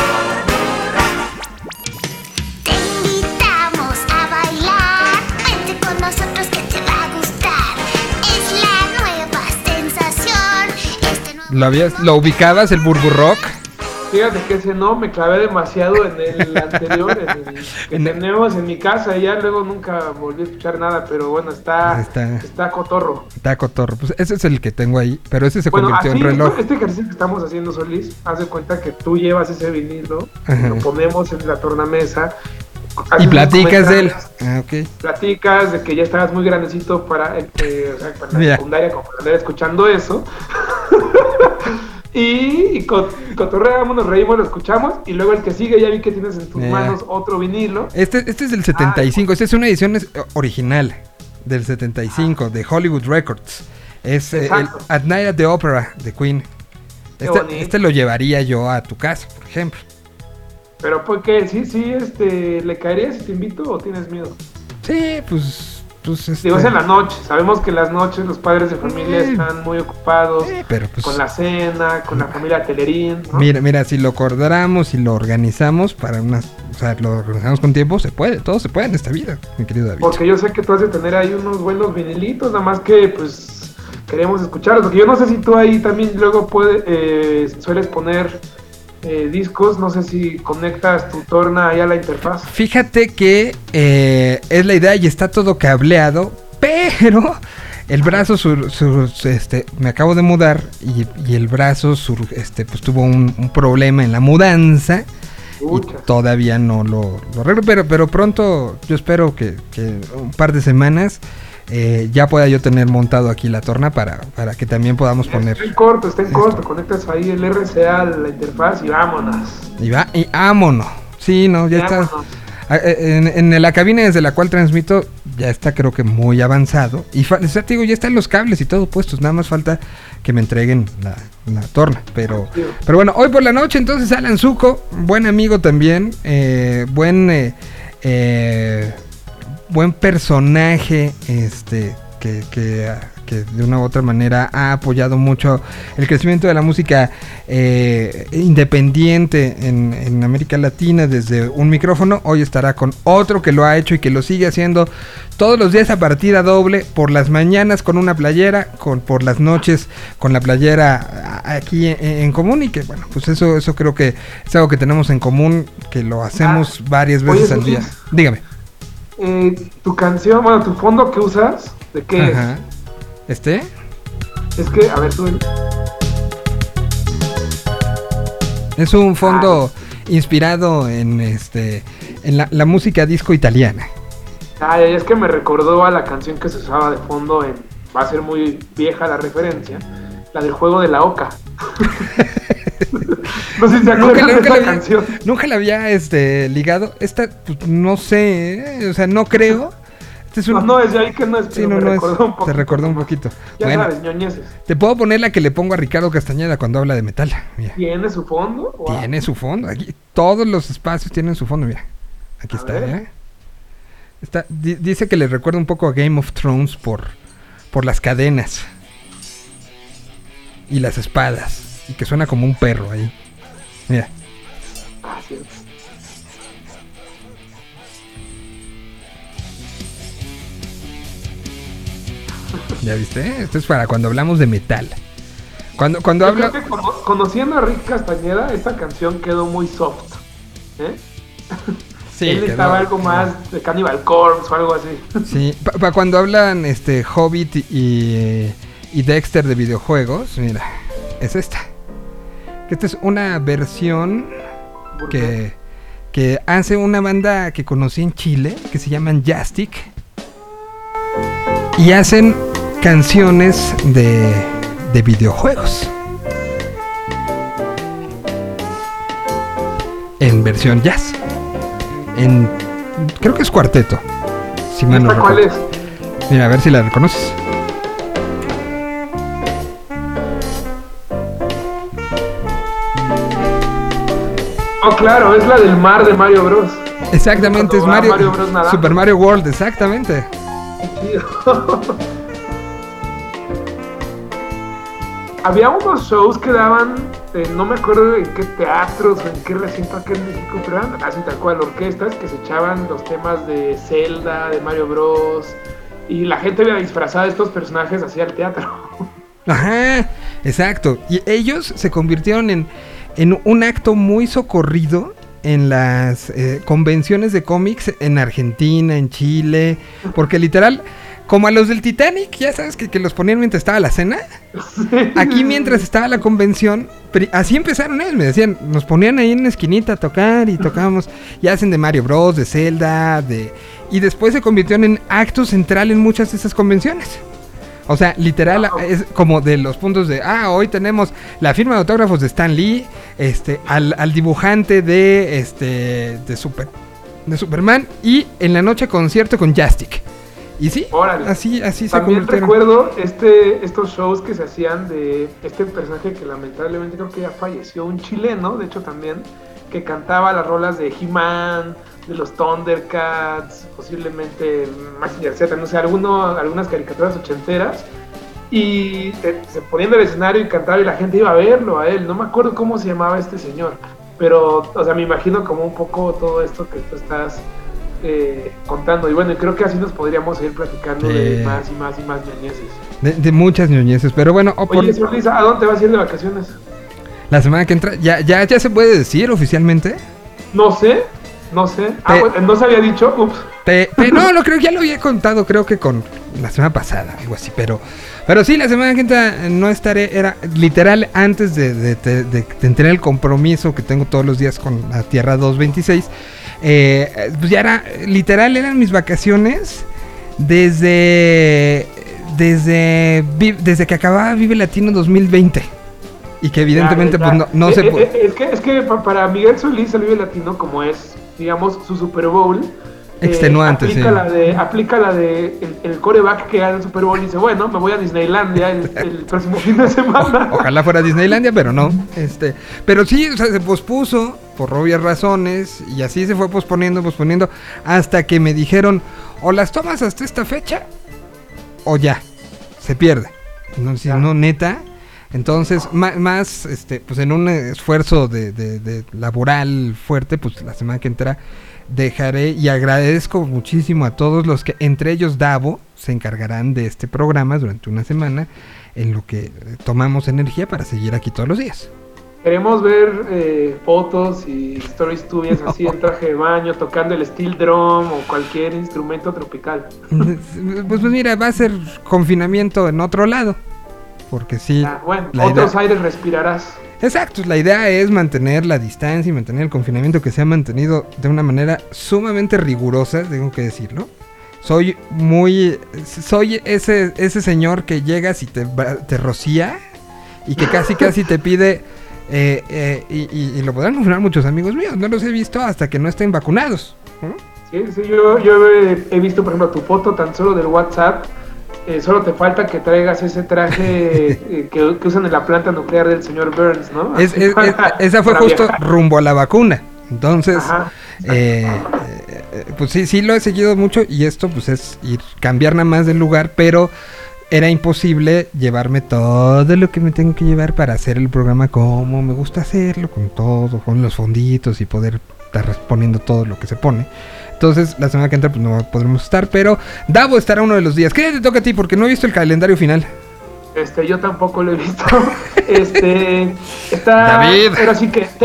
Te invitamos a bailar. Vente con nosotros que te va a gustar. Es la nueva sensación. ¿Lo ubicabas, el Burburrock? Fíjate que ese no, me clavé demasiado en el anterior, que tenemos en mi casa, y ya luego nunca volví a escuchar nada, pero bueno, está cotorro. Está cotorro, pues ese es el que tengo ahí, pero ese se convirtió en reloj. Este ejercicio que estamos haciendo, Solís, haz de cuenta que tú llevas ese vinilo, lo ponemos en la tornamesa, y platicas de él. Okay. Platicas de que ya estabas muy grandecito para la secundaria, como para andar escuchando eso. Y cotorreamos, nos reímos, lo escuchamos. Y luego el que sigue, ya vi que tienes en tus manos otro vinilo. Este es del 75. Esta es una edición original del 75 de Hollywood Records. Es el At Night at the Opera de Queen. Este lo llevaría yo a tu casa, por ejemplo. Pero ¿por qué? ¿Sí, ¿le caerías si te invito o tienes miedo? Sí, pues Digo, es en la noche. Sabemos que en las noches los padres de familia están muy ocupados pero pues, con la cena, con la familia Telerín, ¿no? Mira, si lo acordáramos y lo organizamos para lo organizamos con tiempo, se puede, todo se puede en esta vida, mi querido David. Porque yo sé que tú has de tener ahí unos buenos vinilitos, nada más que pues queremos escucharlos, porque yo no sé si tú ahí también luego sueles poner discos, no sé si conectas tu torna ahí a la interfaz. Fíjate que es la idea y está todo cableado, pero el brazo me acabo de mudar y el brazo pues tuvo un problema en la mudanza. Y todavía no lo arreglo, pero pronto yo espero que un par de semanas ya pueda yo tener montado aquí la torna para que también podamos poner. Está en corto, conectas ahí el RCA a la interfaz y vámonos. Y vámonos. Sí, no, ya está. En la cabina desde la cual transmito ya está, creo que muy avanzado. Y ya están los cables y todo puestos, nada más falta que me entreguen la torna. Pero bueno, hoy por la noche entonces Alan Zuko, buen amigo también, buen personaje, que de una u otra manera ha apoyado mucho el crecimiento de la música independiente en América Latina desde un micrófono. Hoy estará con otro que lo ha hecho y que lo sigue haciendo todos los días a partida doble, por las mañanas con una playera, por las noches con la playera aquí en común, y que bueno, pues eso creo que es algo que tenemos en común, que lo hacemos varias veces al día. Dígame. Tu canción, bueno, tu fondo que usas, ¿de qué es? Es que, a ver, tú... Es un fondo inspirado en la música disco italiana. Es que me recordó a la canción que se usaba de fondo va a ser muy vieja la referencia, la del juego de la oca. No sé si se acuerdan de esa canción. Nunca la había ligado. Esta, pues, no sé, o sea, no creo. No, es de ahí que no es. Sí, no es. Te recordó un poquito. Ya bueno, sabes, ñoñeces. Te puedo poner la que le pongo a Ricardo Castañeda cuando habla de metal. Mira. ¿Tiene su fondo? Wow. Tiene su fondo. Aquí todos los espacios tienen su fondo, mira. Aquí está, ¿eh? Dice que le recuerda un poco a Game of Thrones por las cadenas y las espadas, y que suena como un perro ahí. Mira. ¿Ya viste? Esto es para cuando hablamos de metal. Cuando hablo... Creo que conociendo a Rick Castañeda, esta canción quedó muy soft. Sí, él estaba algo más de Cannibal Corpse o algo así. Sí, para cuando hablan Hobbit y Dexter de videojuegos, mira, es esta. Esta es una versión que hace una banda que conocí en Chile, que se llaman Jastic, y hacen canciones de videojuegos en versión jazz. Creo que es cuarteto, si mal no recuerdo. ¿Cuál es? Mira, a ver si la reconoces. Oh, claro, es la del mar de Mario Bros. Exactamente, es Mario Bros. Super Mario World, exactamente. Había unos shows que daban, no me acuerdo en qué teatros o en qué recinto aquí en México, pero eran así tal cual, orquestas que se echaban los temas de Zelda, de Mario Bros. Y la gente había disfrazado a estos personajes hacia el teatro. Ajá, exacto. Y ellos se convirtieron en un acto muy socorrido en las convenciones de cómics en Argentina, en Chile, porque literal, como a los del Titanic, ya sabes que los ponían mientras estaba la cena. Aquí mientras estaba la convención, así empezaron ellos, me decían, nos ponían ahí en una esquinita a tocar y tocábamos, y hacen de Mario Bros, de Zelda, y después se convirtieron en acto central en muchas de esas convenciones. O sea, literal, es como de los puntos de, hoy tenemos la firma de autógrafos de Stan Lee, al dibujante de Superman, y en la noche concierto con Jastic. Y sí, órale. así se también recuerdo estos shows que se hacían de este personaje que lamentablemente creo que ya falleció, un chileno, de hecho también, que cantaba las rolas de He-Man, los Thundercats, posiblemente Mazinger Z, no sé, algunas caricaturas ochenteras, y se ponía en el escenario y cantaba y la gente iba a verlo a él. No me acuerdo cómo se llamaba este señor, pero, o sea, me imagino como un poco todo esto que tú estás contando, y bueno, y creo que así nos podríamos ir platicando de más y más y más ñoñeces. De muchas ñoñeces, pero bueno. Oye, Sor Lisa, ¿a dónde te vas a ir de vacaciones? La semana que entra, ¿ya se puede decir oficialmente? No sé. ¿no se había dicho? Ups. No, creo que ya lo había contado, creo que con la semana pasada, algo así, pero sí, la semana que entra no estaré, era literal antes de tener el compromiso que tengo todos los días con la Tierra 226, pues ya era, literal, eran mis vacaciones desde que acababa Vive Latino 2020. Y que evidentemente pues no se puede. Es que para Miguel Solís el Vive Latino, como es, digamos, su Super Bowl, extenuante, aplica la de el coreback que gana el Super Bowl y dice, bueno, me voy a Disneylandia el próximo fin de semana. Ojalá fuera Disneylandia, pero no. Pero sí, o sea, se pospuso por obvias razones y así se fue posponiendo hasta que me dijeron, o las tomas hasta esta fecha o ya, se pierde. No, si no, neta. Entonces, más pues en un esfuerzo de laboral fuerte, pues la semana que entra dejaré, y agradezco muchísimo a todos los que, entre ellos Davo, se encargarán de este programa durante una semana, en lo que tomamos energía para seguir aquí todos los días. Queremos ver fotos y stories tuyas así en traje de baño, tocando el steel drum o cualquier instrumento tropical. Pues mira, va a ser confinamiento en otro lado. Porque sí, bueno, otros aires respirarás. Exacto, la idea es mantener la distancia y mantener el confinamiento, que se ha mantenido de una manera sumamente rigurosa, tengo que decirlo. Soy ese señor que llegas y te rocía y que casi te pide, y lo podrán confirmar muchos amigos míos, no los he visto hasta que no estén vacunados. Sí, yo he visto, por ejemplo, tu foto tan solo del WhatsApp. Solo te falta que traigas ese traje que usan en la planta nuclear del señor Burns, ¿no? Esa fue justo rumbo a la vacuna. Entonces, pues sí lo he seguido mucho, y esto pues es cambiar nada más de lugar, pero era imposible llevarme todo lo que me tengo que llevar para hacer el programa como me gusta hacerlo, con todo, con los fonditos y poder estar poniendo todo lo que se pone. Entonces, la semana que entra pues no podremos estar, pero Davo estará uno de los días. ¿Qué te toca a ti? Porque no he visto el calendario final. Yo tampoco lo he visto. Está... David. Pero sí que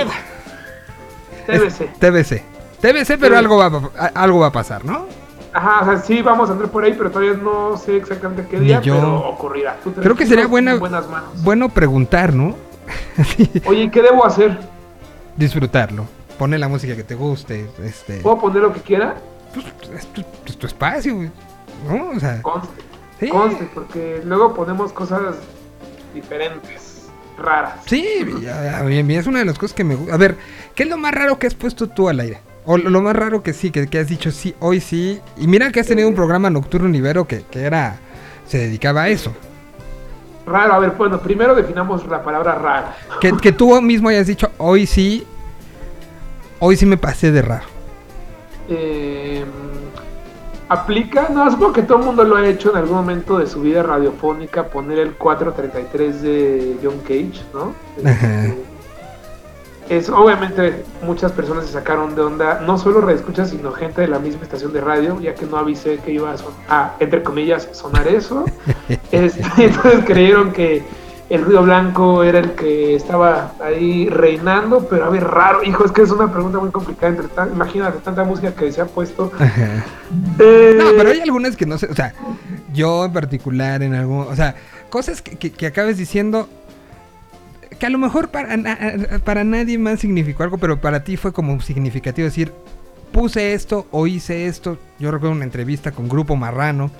TBC, pero algo va a pasar, ¿no? Ajá, o sea, sí vamos a andar por ahí, pero todavía no sé exactamente qué día, pero ocurrirá. Creo que sería bueno preguntar, ¿no? Oye, ¿qué debo hacer? Disfrutarlo. Pone la música que te guste. ¿Puedo poner lo que quiera? Pues es tu espacio, güey, ¿no? O sea, conste, porque luego ponemos cosas diferentes, raras. Sí, a mí es una de las cosas que me gusta. A ver, ¿qué es lo más raro que has puesto tú al aire? O lo más raro que sí, que has dicho sí, hoy sí. Y mira que has tenido un programa nocturno Ibero que se dedicaba a eso. Raro, a ver, bueno, primero definamos la palabra raro. Que tú mismo hayas dicho, hoy sí me pasé de raro. Aplica, no, supongo que todo el mundo lo ha hecho en algún momento de su vida radiofónica, poner el 433 de John Cage, ¿no? Obviamente muchas personas se sacaron de onda, no solo radioescuchas, sino gente de la misma estación de radio, ya que no avisé que iba a entre comillas, sonar eso. Entonces creyeron que el ruido blanco era el que estaba ahí reinando, pero a ver, raro, hijo, es que es una pregunta muy complicada, imagínate tanta música que se ha puesto. No, pero hay algunas que no sé, o sea, yo en particular o sea, cosas que acabes diciendo que a lo mejor para nadie más significó algo, pero para ti fue como significativo decir, puse esto o hice esto. Yo recuerdo una entrevista con Grupo Marrano,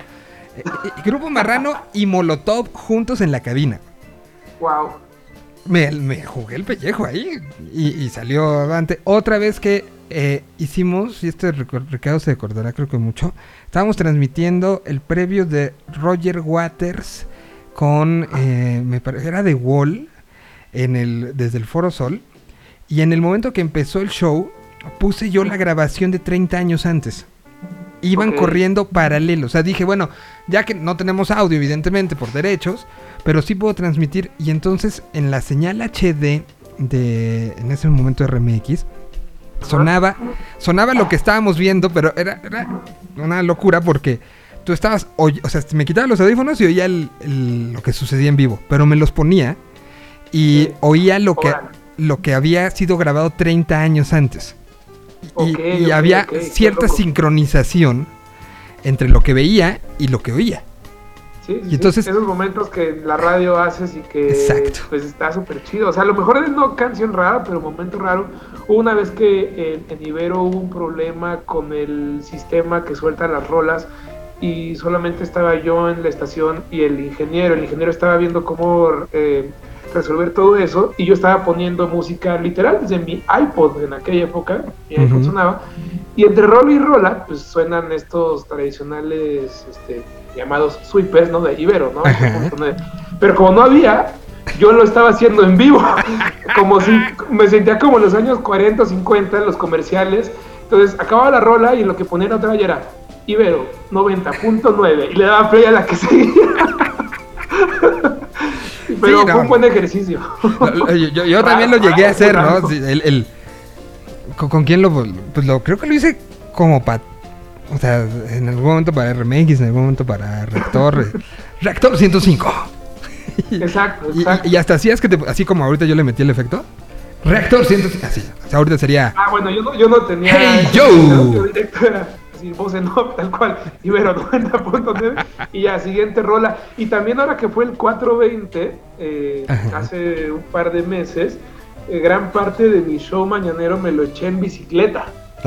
y Molotov juntos en la cabina. Wow. Me jugué el pellejo ahí y salió avante. Otra vez que hicimos, y Ricardo se acordará creo que mucho, estábamos transmitiendo el previo de Roger Waters con, me parece, era The Wall, desde el Foro Sol, y en el momento que empezó el show, puse yo la grabación de 30 años antes. Iban corriendo paralelo. O sea, dije, bueno, ya que no tenemos audio, evidentemente, por derechos, pero sí puedo transmitir. Y entonces, en la señal HD en ese momento RMX, sonaba lo que estábamos viendo, pero era una locura porque tú estabas, o sea, me quitaba los audífonos y oía lo que sucedía en vivo, pero me los ponía y oía lo que había sido grabado 30 años antes. Y había cierta sincronización entre lo que veía y lo que oía. Sí, y entonces, esos momentos que en la radio haces y que pues está súper chido. O sea, a lo mejor es no canción rara, pero momento raro. Hubo una vez que en Ibero hubo un problema con el sistema que suelta las rolas y solamente estaba yo en la estación y el ingeniero estaba viendo cómo resolver todo eso, y yo estaba poniendo música literal desde mi iPod en aquella época, mi iPod sonaba, y entre rola y rola pues suenan estos tradicionales llamados sweepers, ¿no? De Ibero, ¿no? Pero como no había, yo lo estaba haciendo en vivo, como si me sentía como en los años 40 o 50 en los comerciales. Entonces acababa la rola y lo que ponía otra vez era Ibero 90.9 y le daba play a la que seguía. Pero fue un buen ejercicio. Yo también lo llegué a hacer, ¿no? ¿Con quién pues creo que lo hice como o sea, en algún momento para RMX, en algún momento para Reactor 105. Exacto. Y hasta hacías que así como ahorita yo le metí el efecto. Reactor 105. Así. O sea, ahorita sería. Bueno, yo no tenía. ¡Hey, Joe! Directo era así, voz en off, tal cual. Ibero 90.9. Y ya, siguiente rola. Y también ahora que fue el 420, hace un par de meses, gran parte de mi show mañanero me lo eché en bicicleta.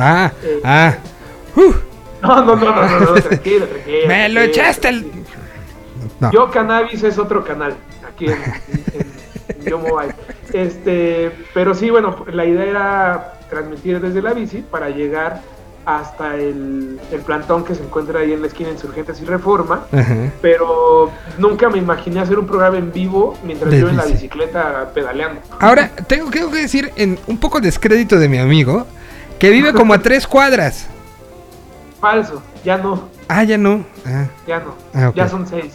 No, tranquilo. Me lo echaste No. Yo Cannabis es otro canal, aquí en Yo Mobile. Pero sí, bueno, la idea era transmitir desde la bici para llegar hasta el plantón que se encuentra ahí en la esquina Insurgentes y Reforma, pero nunca me imaginé hacer un programa en vivo mientras yo en la bicicleta pedaleando. Ahora, tengo que decir, en un poco descrédito de mi amigo, que vive como a 3 cuadras. Falso, ya no. Ya no. Ya no, okay. Ya son 6.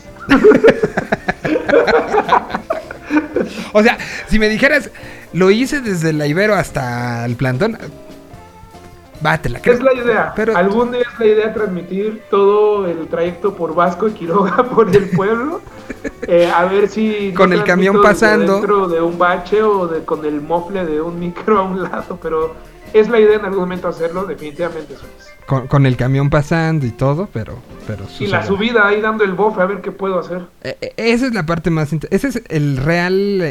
O sea, si me dijeras, lo hice desde la Ibero hasta el plantón, bátela. Es la idea. Pero algún día es la idea transmitir todo el trayecto por Vasco y Quiroga, por el pueblo. A ver si con el camión pasando dentro de un bache o con el mofle de un micro a un lado, pero es la idea en algún momento hacerlo, definitivamente eso es. Con el camión pasando y todo, pero y la subida ahí dando el bofe a ver qué puedo hacer. Esa es la parte más ese es el real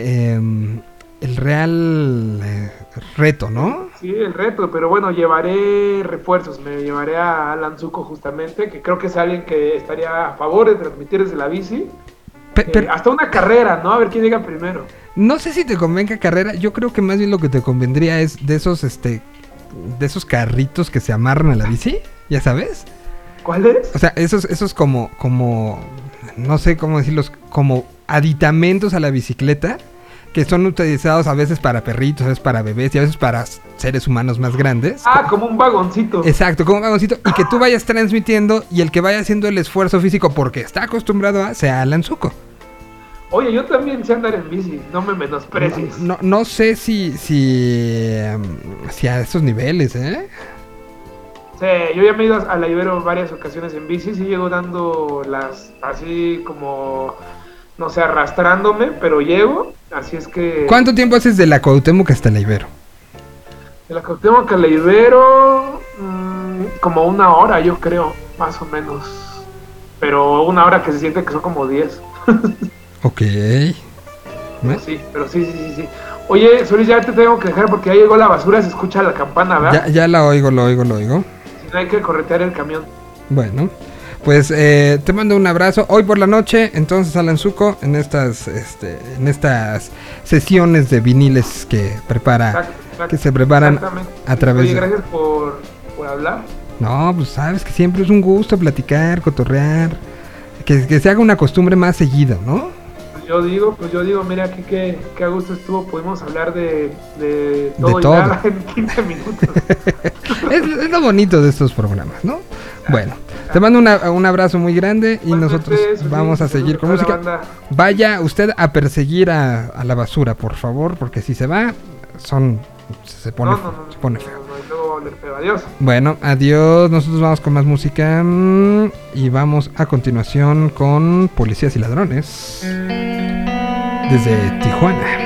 reto, ¿no? Sí, el reto, pero bueno, llevaré refuerzos, me llevaré a Alan Zuko justamente, que creo que es alguien que estaría a favor de transmitir desde la bici. Hasta una carrera, ¿no? A ver quién llega primero. No sé si te convenga carrera, yo creo que más bien lo que te convendría es de esos carritos que se amarran a la bici, ¿ya sabes? ¿Cuáles? O sea, esos como no sé cómo decirlos, como aditamentos a la bicicleta, que son utilizados a veces para perritos, a veces para bebés y a veces para seres humanos más grandes. Como un vagoncito. Exacto, como un vagoncito. Y que tú vayas transmitiendo y el que vaya haciendo el esfuerzo físico porque está acostumbrado sea Alan Zuko. Oye, yo también sé andar en bici, no me menosprecies. No sé si a esos niveles, ¿eh? Sí, yo ya me he ido a la Ibero varias ocasiones en bici, sí llego dando así como, no sé, arrastrándome, pero llego, así es que... ¿Cuánto tiempo haces de la Cuauhtémoc hasta la Ibero? De la Cuauhtémoc a la Ibero, como 1 hora yo creo, más o menos. Pero 1 hora que se siente que son como 10. Ok. Sí, pero sí. Oye, Solís, ya te tengo que dejar porque ya llegó la basura, se escucha la campana, ¿verdad? Ya la oigo. Si no hay que corretear el camión. Bueno, pues te mando un abrazo. Hoy por la noche, entonces, Alan Zuko, en estas sesiones de viniles que prepara, que se preparan a través de... Gracias por hablar. No, pues sabes que siempre es un gusto platicar, cotorrear, que se haga una costumbre más seguida, ¿no? Yo digo, mira aquí qué a gusto estuvo, pudimos hablar de todo y todo. nada en 15 minutos. es lo bonito de estos programas, ¿no? Bueno, te mando un abrazo muy grande y nosotros vamos a seguir con música. Vaya usted a perseguir a la basura, por favor, porque si se va, se pone feo. Adiós. Bueno, adiós. Nosotros vamos con más música y vamos a continuación con Policías y Ladrones desde Tijuana.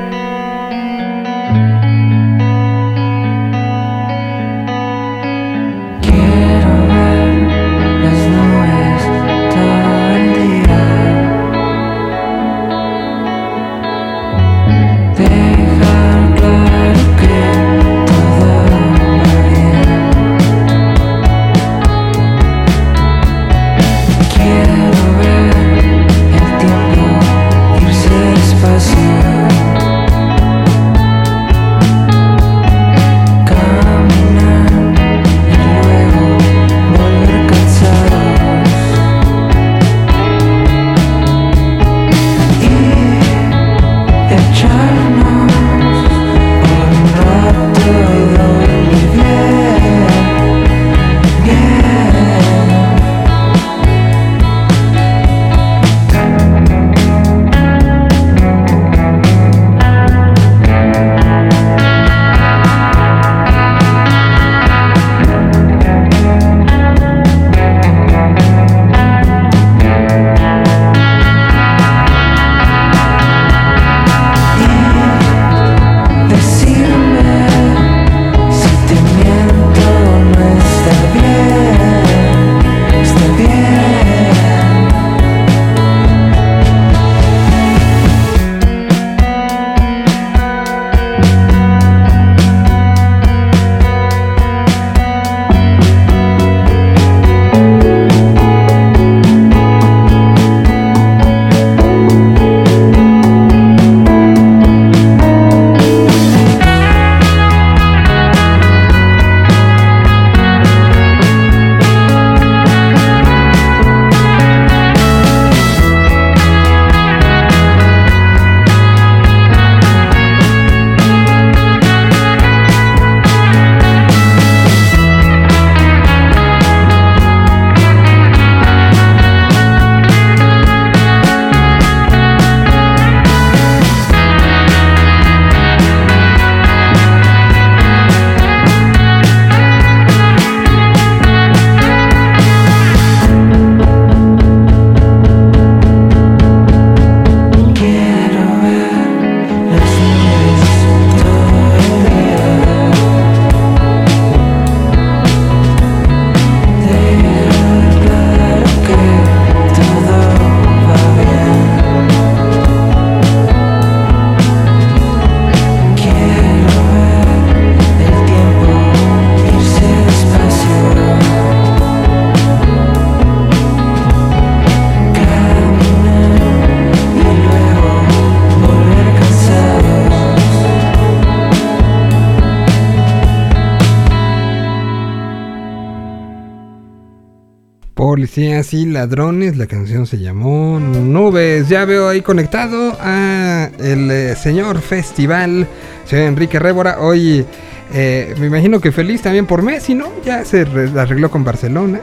Policías y Ladrones, la canción se llamó Nubes. Ya veo ahí conectado a el señor Festival, señor Enrique Révora. Hoy me imagino que feliz también por Messi, ¿no? Ya se arregló con Barcelona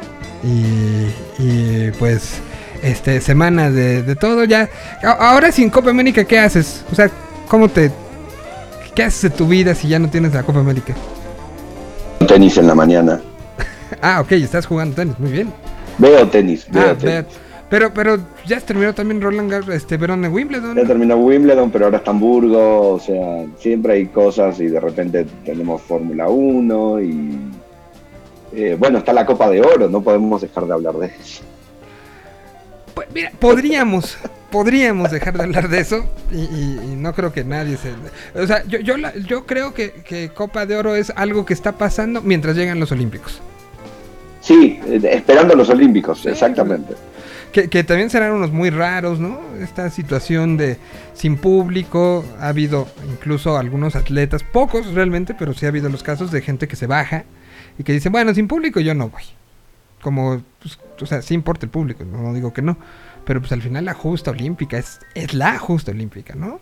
y pues semana de todo ya. Ahora sin Copa América, ¿qué haces? O sea, ¿qué haces de tu vida si ya no tienes la Copa América? Tenis en la mañana. Ah, ok, estás jugando tenis, muy bien. Veo tenis. Pero ya se terminó también Roland Garros, Verón en Wimbledon. Ya terminó Wimbledon, pero ahora está Hamburgo, o sea, siempre hay cosas y de repente tenemos Fórmula 1 y bueno, está la Copa de Oro, no podemos dejar de hablar de eso. Pues mira, podríamos dejar de hablar de eso y no creo que nadie o sea, yo creo que Copa de Oro es algo que está pasando mientras llegan los Olímpicos. Sí, esperando los Olímpicos, sí, exactamente. Que también serán unos muy raros, ¿no? Esta situación de sin público. Ha habido incluso algunos atletas, pocos realmente, pero sí ha habido los casos de gente que se baja y que dice, bueno, sin público yo no voy. Como, pues, o sea, sí importa el público, no digo que no, pero pues al final la justa olímpica es la justa olímpica, ¿no?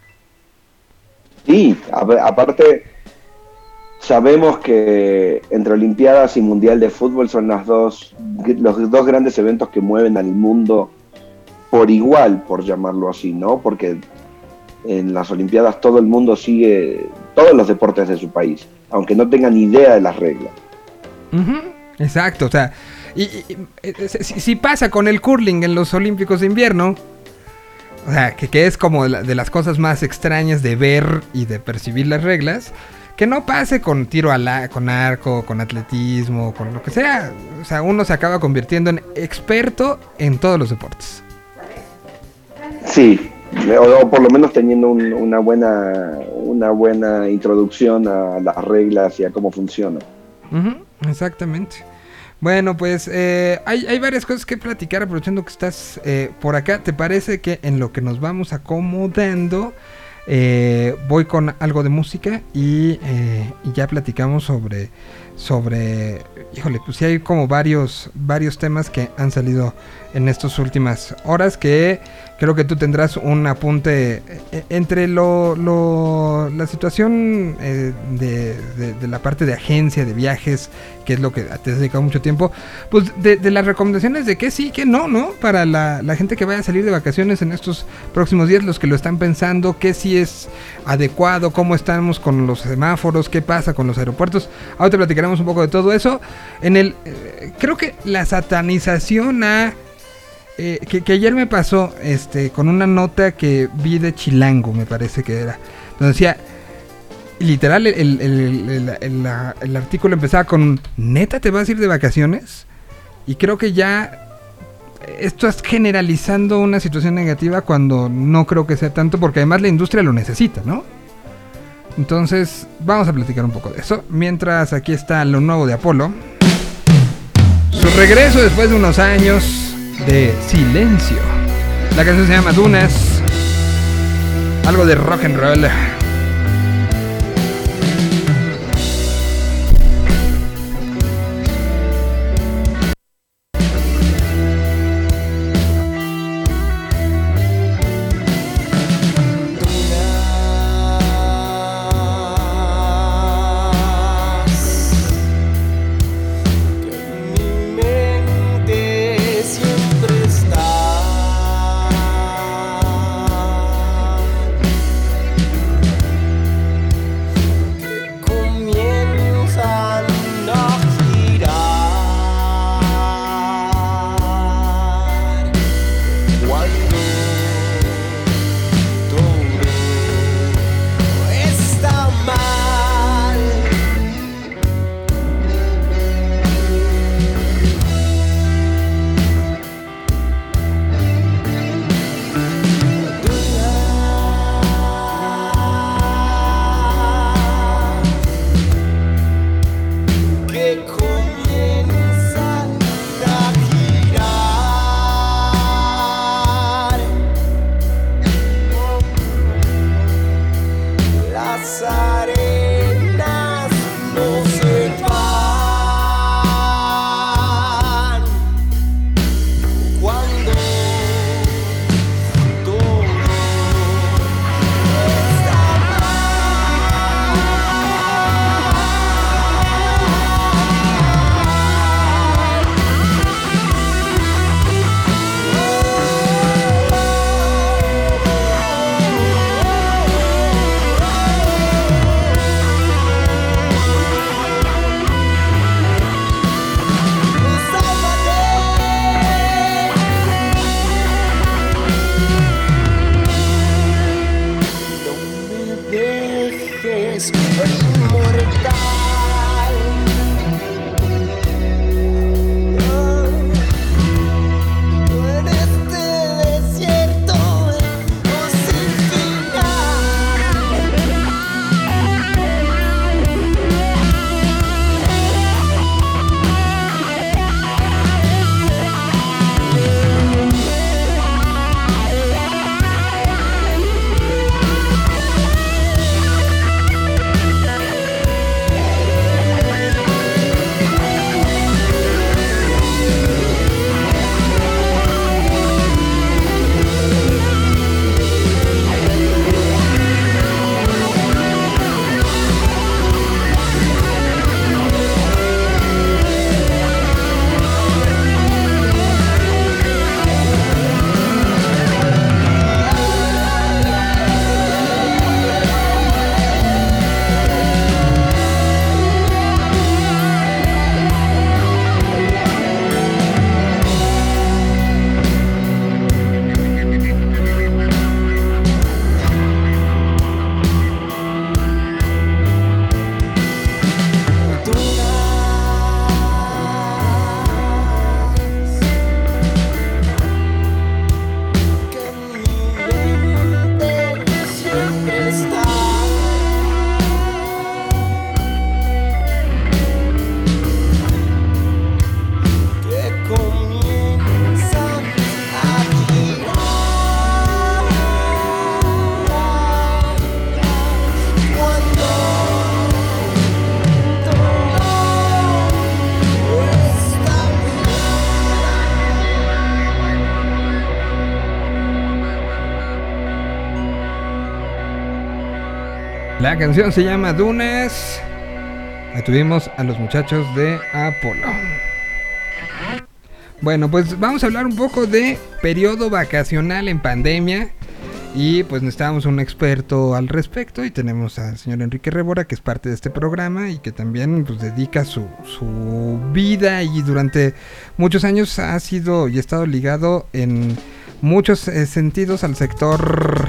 Sí, aparte sabemos que entre Olimpiadas y Mundial de Fútbol son los dos grandes eventos que mueven al mundo por igual, por llamarlo así, ¿no? Porque en las Olimpiadas todo el mundo sigue todos los deportes de su país, aunque no tengan idea de las reglas. Exacto, o sea, si pasa con el curling en los Olímpicos de invierno, o sea, que es como de las cosas más extrañas de ver y de percibir las reglas, que no pase con tiro con arco, con atletismo, con lo que sea. O sea, uno se acaba convirtiendo en experto en todos los deportes. Sí, o por lo menos teniendo una buena introducción a las reglas y a cómo funciona. Exactamente. Bueno, pues hay varias cosas que platicar aprovechando que estás por acá. ¿Te parece que en lo que nos vamos acomodando voy con algo de música y ya platicamos sobre híjole, pues sí hay como varios temas que han salido en estas últimas horas, que creo que tú tendrás un apunte entre la situación de la parte de agencia de viajes, que es lo que te has dedicado mucho tiempo, pues de las recomendaciones de que sí, que no, para la gente que vaya a salir de vacaciones en estos próximos días, los que lo están pensando, que sí es adecuado, cómo estamos con los semáforos, qué pasa con los aeropuertos. Ahora te platicaremos un poco de todo eso. Creo que la satanización que ayer me pasó con una nota que vi de Chilango, me parece que era, donde decía, literal, el artículo empezaba con: ¿neta te vas a ir de vacaciones? Y creo que ya esto es generalizando una situación negativa cuando no creo que sea tanto, porque además la industria lo necesita, ¿no? Entonces vamos a platicar un poco de eso. Mientras, aquí está lo nuevo de Apolo, su regreso después de unos años de silencio. La canción se llama Dunas, algo de rock and roll. Siempre está La canción se llama Dunas. Ahí tuvimos a los muchachos de Apolo. Bueno, pues vamos a hablar un poco de periodo vacacional en pandemia. Y pues necesitábamos un experto al respecto. Y tenemos al señor Enrique Rebora, que es parte de este programa y que también pues dedica su vida y durante muchos años ha sido y estado ligado en muchos sentidos al sector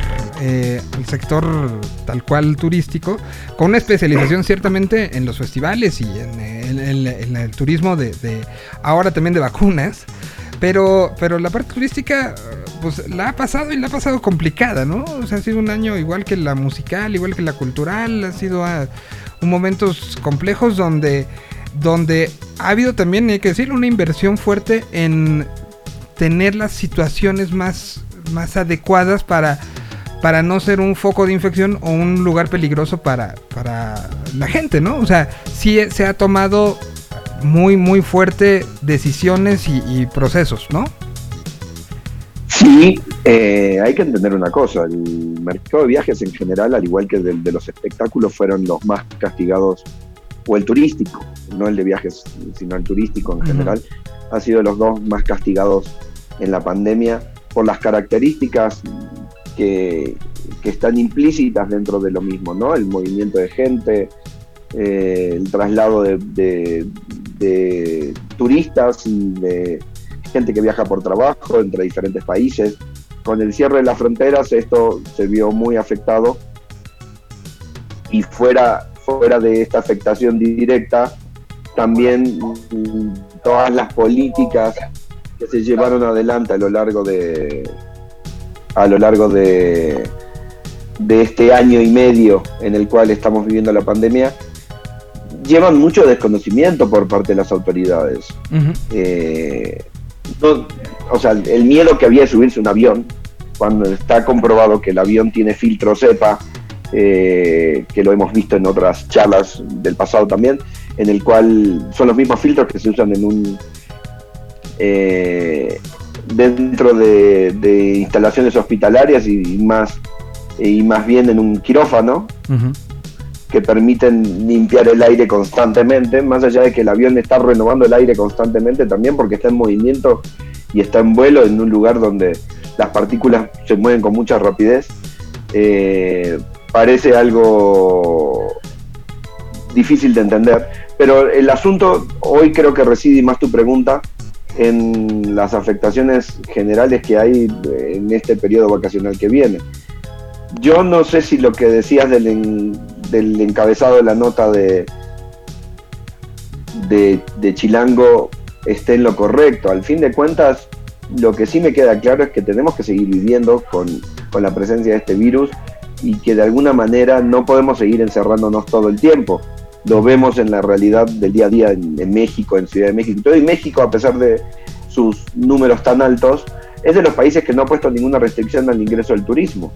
tal cual turístico, con una especialización ciertamente en los festivales y en el turismo de ahora también de vacunas, pero la parte turística pues la ha pasado complicada, ¿no? O sea, ha sido un año igual que la musical, igual que la cultural, ha sido momentos complejos donde ha habido también, hay que decirlo, una inversión fuerte en tener las situaciones más adecuadas para no ser un foco de infección o un lugar peligroso para la gente, ¿no? O sea, sí se ha tomado muy, muy fuerte decisiones y procesos, ¿no? Sí, hay que entender una cosa, el mercado de viajes en general, al igual que el de los espectáculos, fueron los más castigados, o el turístico, no el de viajes, sino el turístico en general, ha sido los dos más castigados en la pandemia por las características que están implícitas dentro de lo mismo, ¿no? El movimiento de gente, el traslado de turistas y de gente que viaja por trabajo entre diferentes países. Con el cierre de las fronteras esto se vio muy afectado, y fuera de esta afectación directa, también todas las políticas que se llevaron adelante a lo largo de este año y medio en el cual estamos viviendo la pandemia, llevan mucho desconocimiento por parte de las autoridades. O sea, el miedo que había de subirse a un avión, cuando está comprobado que el avión tiene filtro CEPA, que lo hemos visto en otras charlas del pasado también, en el cual son los mismos filtros que se usan en dentro de instalaciones hospitalarias y más bien en un quirófano, que permiten limpiar el aire constantemente, más allá de que el avión está renovando el aire constantemente también porque está en movimiento y está en vuelo en un lugar donde las partículas se mueven con mucha rapidez. Parece algo difícil de entender, pero el asunto hoy creo que reside, y más tu pregunta, en las afectaciones generales que hay en este periodo vacacional que viene. Yo no sé si lo que decías del encabezado de la nota de Chilango esté en lo correcto. Al fin de cuentas, lo que sí me queda claro es que tenemos que seguir viviendo con la presencia de este virus, y que de alguna manera no podemos seguir encerrándonos todo el tiempo. Lo vemos en la realidad del día a día en México, en Ciudad de México. Todo, y México, a pesar de sus números tan altos, es de los países que no ha puesto ninguna restricción al ingreso del turismo.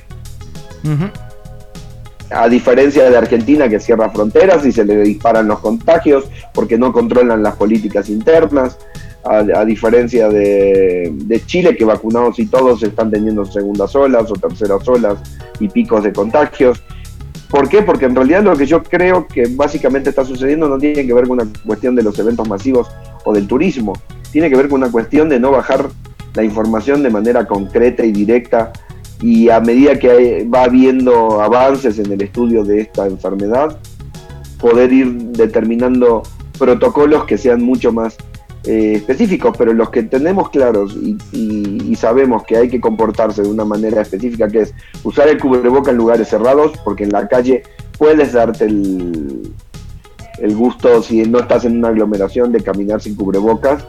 A diferencia de Argentina, que cierra fronteras y se le disparan los contagios porque no controlan las políticas internas. A diferencia de Chile, que vacunados y todos están teniendo segundas olas o terceras olas y picos de contagios. ¿Por qué? Porque en realidad lo que yo creo que básicamente está sucediendo no tiene que ver con una cuestión de los eventos masivos o del turismo, tiene que ver con una cuestión de no bajar la información de manera concreta y directa, y a medida que va habiendo avances en el estudio de esta enfermedad, poder ir determinando protocolos que sean mucho más específicos, pero los que tenemos claros y sabemos que hay que comportarse de una manera específica, que es usar el cubreboca en lugares cerrados, porque en la calle puedes darte el gusto, si no estás en una aglomeración, de caminar sin cubrebocas.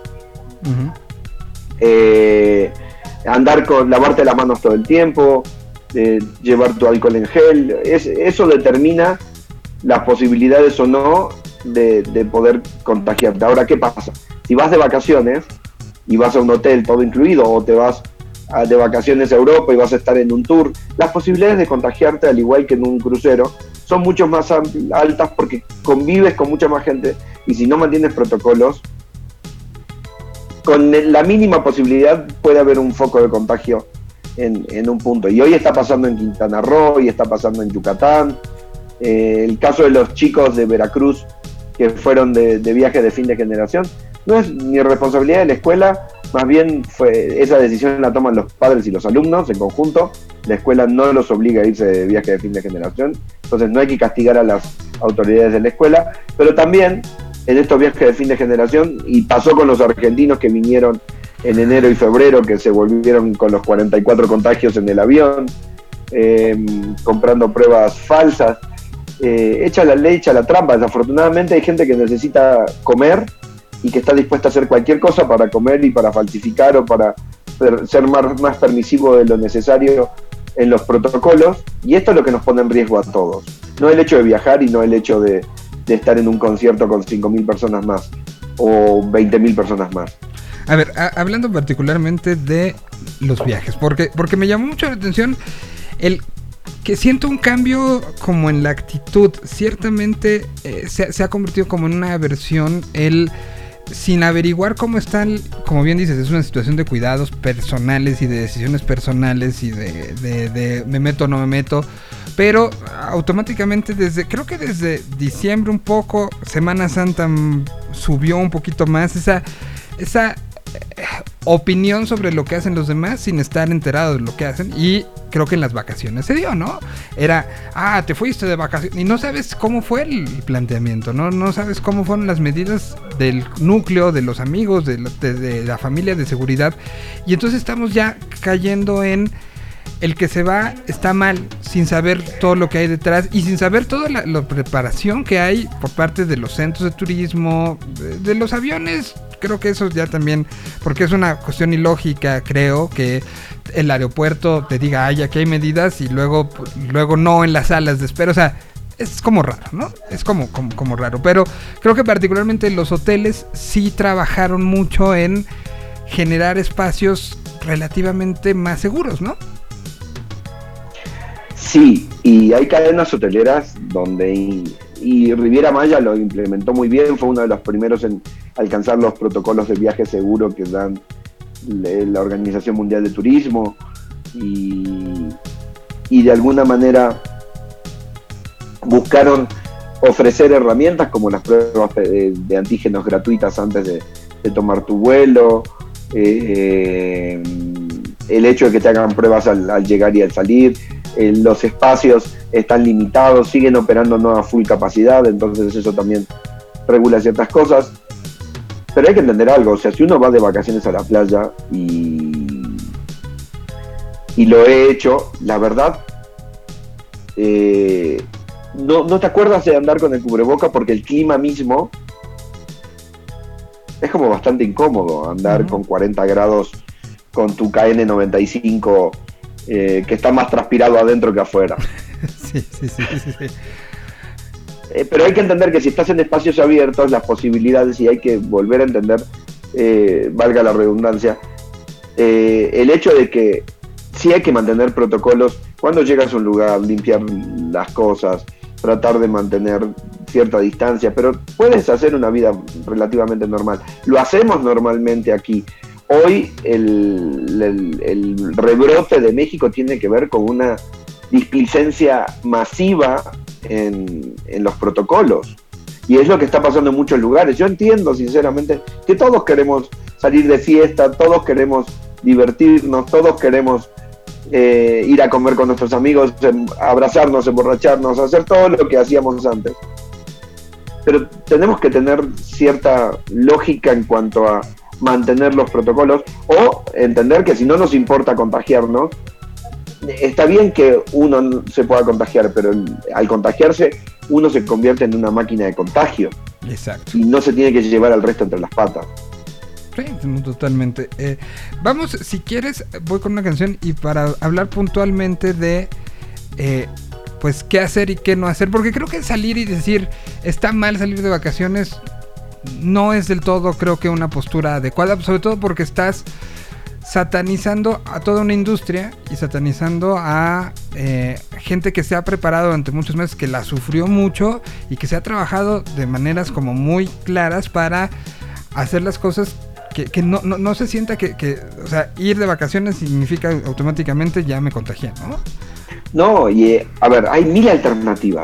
Lavarte las manos todo el tiempo, llevar tu alcohol en gel, eso determina las posibilidades o no de poder contagiarte. Ahora, ¿qué pasa? Si vas de vacaciones y vas a un hotel todo incluido, o te vas de vacaciones a Europa y vas a estar en un tour, las posibilidades de contagiarte, al igual que en un crucero, son mucho más altas, porque convives con mucha más gente, y si no mantienes protocolos, con la mínima posibilidad puede haber un foco de contagio en un punto. Y hoy está pasando en Quintana Roo, y está pasando en Yucatán, El caso de los chicos de Veracruz que fueron de viaje de fin de generación, no es ni responsabilidad de la escuela, más bien esa decisión la toman los padres y los alumnos en conjunto. La escuela no los obliga a irse de viaje de fin de generación, entonces no hay que castigar a las autoridades de la escuela, pero también en estos viajes de fin de generación, y pasó con los argentinos que vinieron en enero y febrero, que se volvieron con los 44 contagios en el avión, comprando pruebas falsas, echa la ley, echa la trampa. Desafortunadamente hay gente que necesita comer y que está dispuesta a hacer cualquier cosa para comer y para falsificar o para ser más permisivo de lo necesario en los protocolos, y esto es lo que nos pone en riesgo a todos, no el hecho de viajar y no el hecho de estar en un concierto con 5.000 personas más o 20.000 personas más. A ver, hablando particularmente de los viajes, porque me llamó mucho la atención el que siento un cambio como en la actitud. Ciertamente se ha convertido como en una versión sin averiguar cómo están, como bien dices, es una situación de cuidados personales y de decisiones personales y de me meto o no me meto, pero automáticamente creo que desde diciembre un poco, Semana Santa subió un poquito más esa opinión sobre lo que hacen los demás sin estar enterados de lo que hacen, y creo que en las vacaciones se dio, ¿no? Era, te fuiste de vacaciones y no sabes cómo fue el planteamiento, no sabes cómo fueron las medidas del núcleo, de los amigos, de la familia, de seguridad, y entonces estamos ya cayendo en el que se va está mal, sin saber todo lo que hay detrás y sin saber toda la preparación que hay por parte de los centros de turismo, de los aviones. Creo que eso ya también, porque es una cuestión ilógica, creo, que el aeropuerto te diga, aquí hay medidas, y luego no en las salas de espera. O sea, es como raro, ¿no? Es como raro. Pero creo que particularmente los hoteles sí trabajaron mucho en generar espacios relativamente más seguros, ¿no? Sí, y hay cadenas hoteleras donde... Y Riviera Maya lo implementó muy bien, fue uno de los primeros en alcanzar los protocolos de viaje seguro que dan la Organización Mundial de Turismo, y de alguna manera buscaron ofrecer herramientas como las pruebas de antígenos gratuitas antes de tomar tu vuelo, el hecho de que te hagan pruebas al llegar y al salir. Los espacios están limitados, siguen operando no a full capacidad, entonces eso también regula ciertas cosas. Pero hay que entender algo, o sea, si uno va de vacaciones a la playa, y lo he hecho, la verdad, no te acuerdas de andar con el cubreboca porque el clima mismo es como bastante incómodo andar con 40 grados con tu KN95 que está más transpirado adentro que afuera. Sí. Pero hay que entender que si estás en espacios abiertos, las posibilidades, y hay que volver a entender, valga la redundancia, el hecho de que sí hay que mantener protocolos cuando llegas a un lugar, limpiar las cosas, tratar de mantener cierta distancia, pero puedes hacer una vida relativamente normal. Lo hacemos normalmente aquí. Hoy el rebrote de México tiene que ver con una displicencia masiva en los protocolos, y es lo que está pasando en muchos lugares. Yo entiendo sinceramente que todos queremos salir de fiesta, todos queremos divertirnos, todos queremos ir a comer con nuestros amigos, abrazarnos, emborracharnos, hacer todo lo que hacíamos antes, pero tenemos que tener cierta lógica en cuanto a mantener los protocolos, o entender que si no nos importa contagiarnos, está bien que uno se pueda contagiar, pero al contagiarse uno se convierte en una máquina de contagio. Exacto. Y no se tiene que llevar al resto entre las patas. Sí, totalmente. Vamos, si quieres, voy con una canción, y para hablar puntualmente de pues qué hacer y qué no hacer, porque creo que salir y decir está mal salir de vacaciones no es del todo, creo que, una postura adecuada, sobre todo porque estás satanizando a toda una industria y satanizando a gente que se ha preparado durante muchos meses, que la sufrió mucho y que se ha trabajado de maneras como muy claras para hacer las cosas que no se sienta que o sea, ir de vacaciones significa automáticamente ya me contagié, ¿no? No, y a ver, hay 1000 alternativas.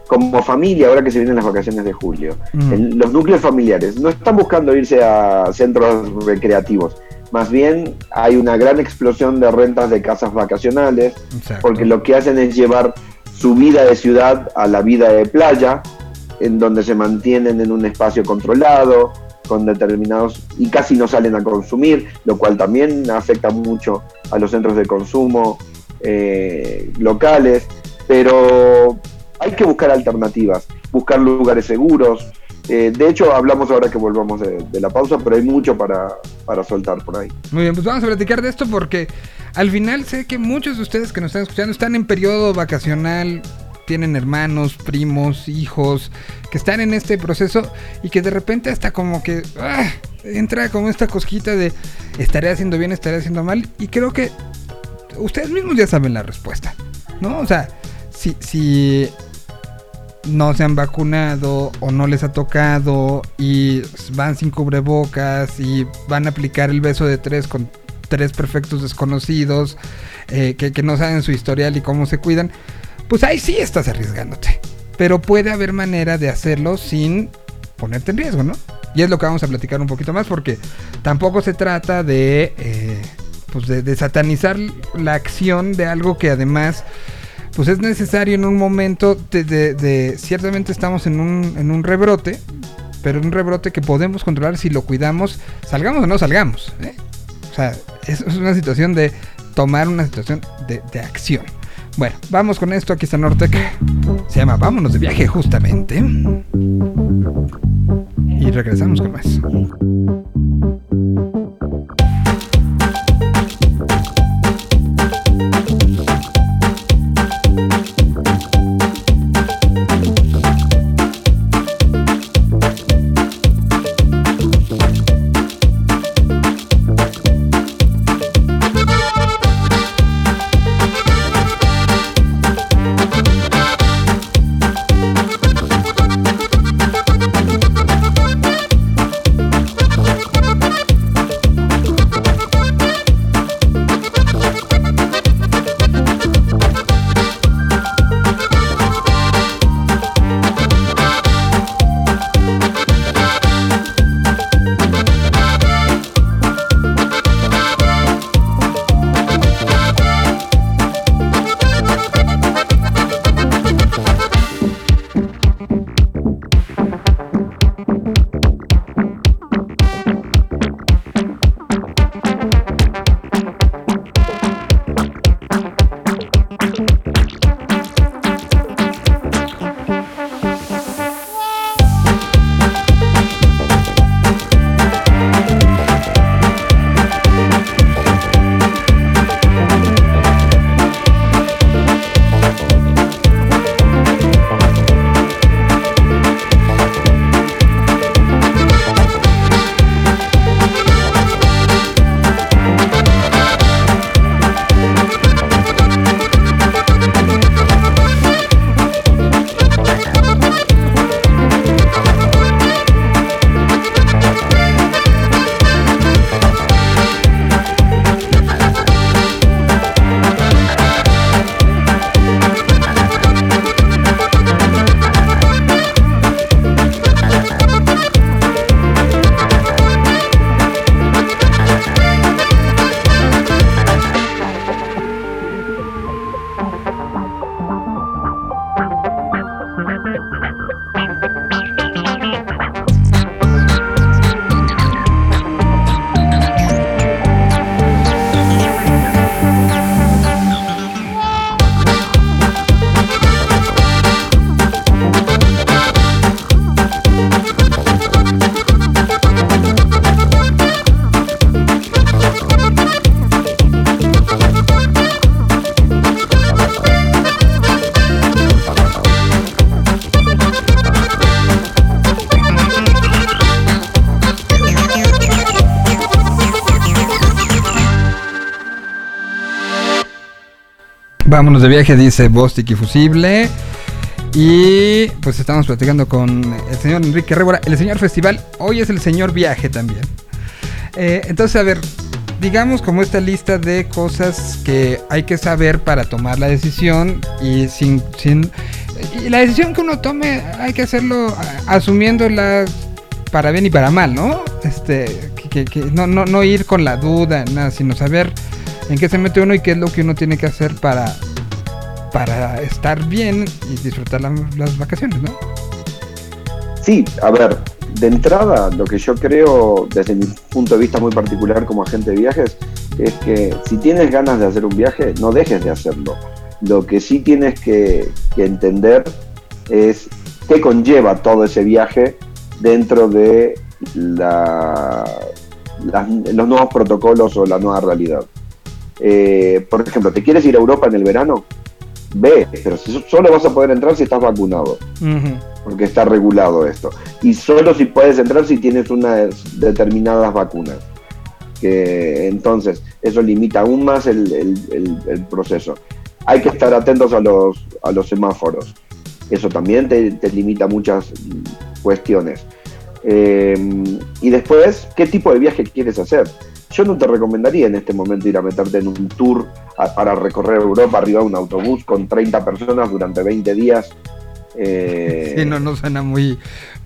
como familia, ahora que se vienen las vacaciones de julio, los núcleos familiares no están buscando irse a centros recreativos, más bien hay una gran explosión de rentas de casas vacacionales. Exacto. Porque lo que hacen es llevar su vida de ciudad a la vida de playa, en donde se mantienen en un espacio controlado, con determinados, y casi no salen a consumir, lo cual también afecta mucho a los centros de consumo locales, pero hay que buscar alternativas, buscar lugares seguros. De hecho, hablamos ahora que volvamos de la pausa, pero hay mucho para soltar por ahí. Muy bien, pues vamos a platicar de esto porque al final sé que muchos de ustedes que nos están escuchando están en periodo vacacional, tienen hermanos, primos, hijos que están en este proceso y que de repente hasta como que entra como esta cosquita de estaré haciendo bien, estaré haciendo mal, y creo que ustedes mismos ya saben la respuesta, ¿no? O sea, si no se han vacunado o no les ha tocado y van sin cubrebocas y van a aplicar el beso de 3 con 3 perfectos desconocidos que no saben su historial y cómo se cuidan, pues ahí sí estás arriesgándote. Pero puede haber manera de hacerlo sin ponerte en riesgo, ¿no? Y es lo que vamos a platicar un poquito más, porque tampoco se trata de satanizar la acción de algo que además pues es necesario en un momento de ciertamente estamos en un rebrote, pero un rebrote que podemos controlar si lo cuidamos, salgamos o no salgamos, ¿eh? O sea, es una situación de tomar una situación de acción. Bueno, vamos con esto. Aquí está Nortec. Se llama Vámonos de viaje, justamente. Y regresamos con más. Vámonos de viaje, dice Bostic y Fusible. Y pues estamos platicando con el señor Enrique Révora, el señor Festival. Hoy es el señor Viaje también. Entonces, a ver, digamos como esta lista de cosas que hay que saber para tomar la decisión y y la decisión que uno tome hay que hacerlo asumiéndola para bien y para mal, ¿no? Que no ir con la duda, nada, sino saber en qué se mete uno y qué es lo que uno tiene que hacer para estar bien y disfrutar las vacaciones, ¿no? Sí, a ver, de entrada, lo que yo creo, desde mi punto de vista muy particular como agente de viajes, es que si tienes ganas de hacer un viaje, no dejes de hacerlo. Lo que sí tienes que entender es qué conlleva todo ese viaje dentro de los nuevos protocolos o la nueva realidad. Por ejemplo, ¿te quieres ir a Europa en el verano? Ve, pero solo vas a poder entrar si estás vacunado, porque está regulado esto. Y solo si puedes entrar si tienes unas determinadas vacunas. Entonces, eso limita aún más el proceso. Hay que estar atentos a los semáforos. Eso también te limita muchas cuestiones. Y después, ¿qué tipo de viaje quieres hacer? Yo no te recomendaría en este momento ir a meterte en un tour para recorrer Europa arriba de un autobús con 30 personas durante 20 días. Sí, no suena muy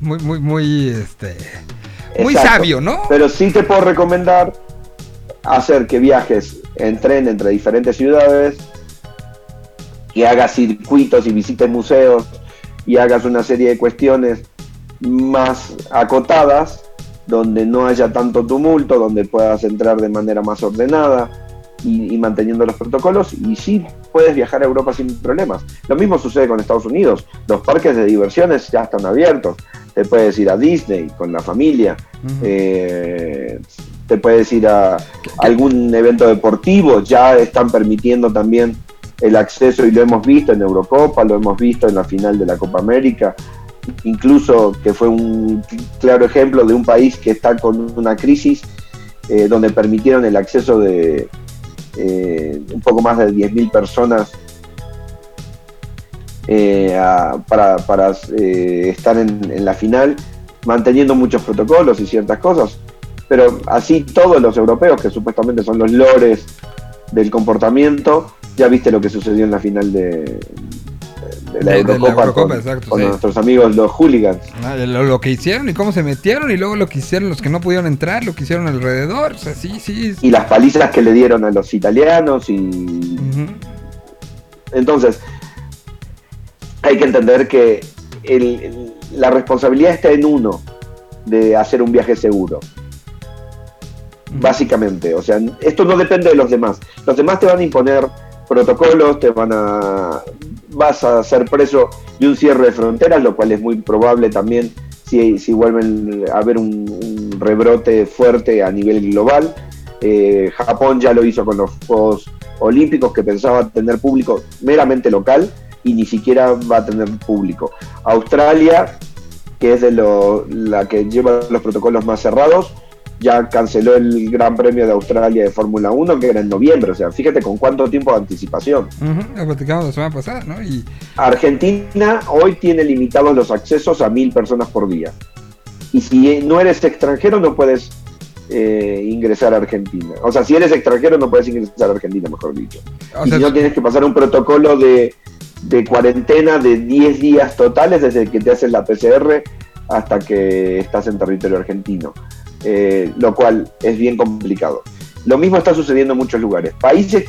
exacto, sabio, ¿no? Pero sí te puedo recomendar hacer que viajes en tren entre diferentes ciudades, que hagas circuitos y visites museos y hagas una serie de cuestiones más acotadas, donde no haya tanto tumulto, donde puedas entrar de manera más ordenada y manteniendo los protocolos, y sí puedes viajar a Europa sin problemas. Lo mismo sucede con Estados Unidos, los parques de diversiones ya están abiertos, te puedes ir a Disney con la familia, te puedes ir a algún evento deportivo, ya están permitiendo también el acceso, y lo hemos visto en Eurocopa, lo hemos visto en la final de la Copa América, incluso que fue un claro ejemplo de un país que está con una crisis, donde permitieron el acceso de un poco más de 10.000 personas para estar en la final, manteniendo muchos protocolos y ciertas cosas. Pero así todos los europeos, que supuestamente son los lores del comportamiento, ya viste lo que sucedió en la final de la Eurocopa, exacto, con sí, nuestros amigos los hooligans. Lo que hicieron y cómo se metieron, y luego lo que hicieron los que no pudieron entrar, lo que hicieron alrededor, o sea, sí. Y las palizas que le dieron a los italianos y... Entonces, hay que entender que la responsabilidad está en uno de hacer un viaje seguro. Básicamente, o sea, esto no depende de los demás. Los demás te van a imponer protocolos, vas a ser preso de un cierre de fronteras, lo cual es muy probable también si vuelven a haber un rebrote fuerte a nivel global. Japón ya lo hizo con los Juegos Olímpicos, que pensaba tener público meramente local y ni siquiera va a tener público. Australia, que es la que lleva los protocolos más cerrados, ya canceló el Gran Premio de Australia de Fórmula 1, que era en noviembre. O sea, fíjate con cuánto tiempo de anticipación. Lo platicamos la semana pasada, ¿no? Argentina hoy tiene limitados los accesos a 1.000 personas por día. Y si no eres extranjero, no puedes ingresar a Argentina. O sea, si eres extranjero, no puedes ingresar a Argentina, mejor dicho. Y si no, tienes que pasar un protocolo de cuarentena de 10 días totales desde que te haces la PCR hasta que estás en territorio argentino. Lo cual es bien complicado. Lo mismo está sucediendo en muchos lugares. Países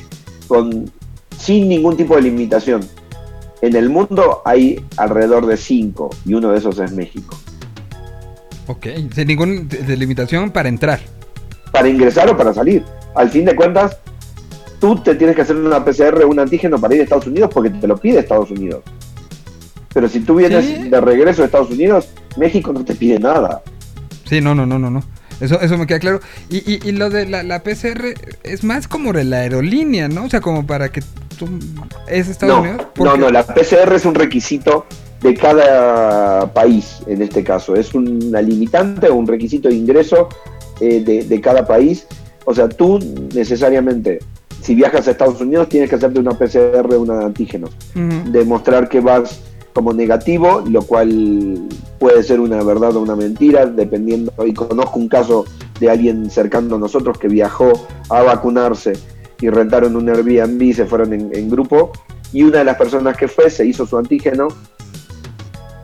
sin ningún tipo de limitación. En el mundo hay alrededor de 5, y uno de esos es México. Ok, sin ninguna limitación para entrar. Para ingresar o para salir. Al fin de cuentas, tú te tienes que hacer una PCR o un antígeno para ir a Estados Unidos porque te lo pide Estados Unidos. Pero si tú vienes de regreso a Estados Unidos, México no te pide nada. Sí, no. Eso me queda claro. Y lo de la PCR es más como de la aerolínea, ¿no? O sea, como para que tú... ¿Es Estados Unidos? No, la PCR es un requisito de cada país, en este caso. Es una limitante o un requisito de ingreso de cada país. O sea, tú necesariamente, si viajas a Estados Unidos, tienes que hacerte una PCR o una antígenos. Demostrar que vas como negativo, lo cual puede ser una verdad o una mentira, dependiendo. Y conozco un caso de alguien cercano a nosotros que viajó a vacunarse y rentaron un Airbnb, se fueron en grupo, y una de las personas que fue se hizo su antígeno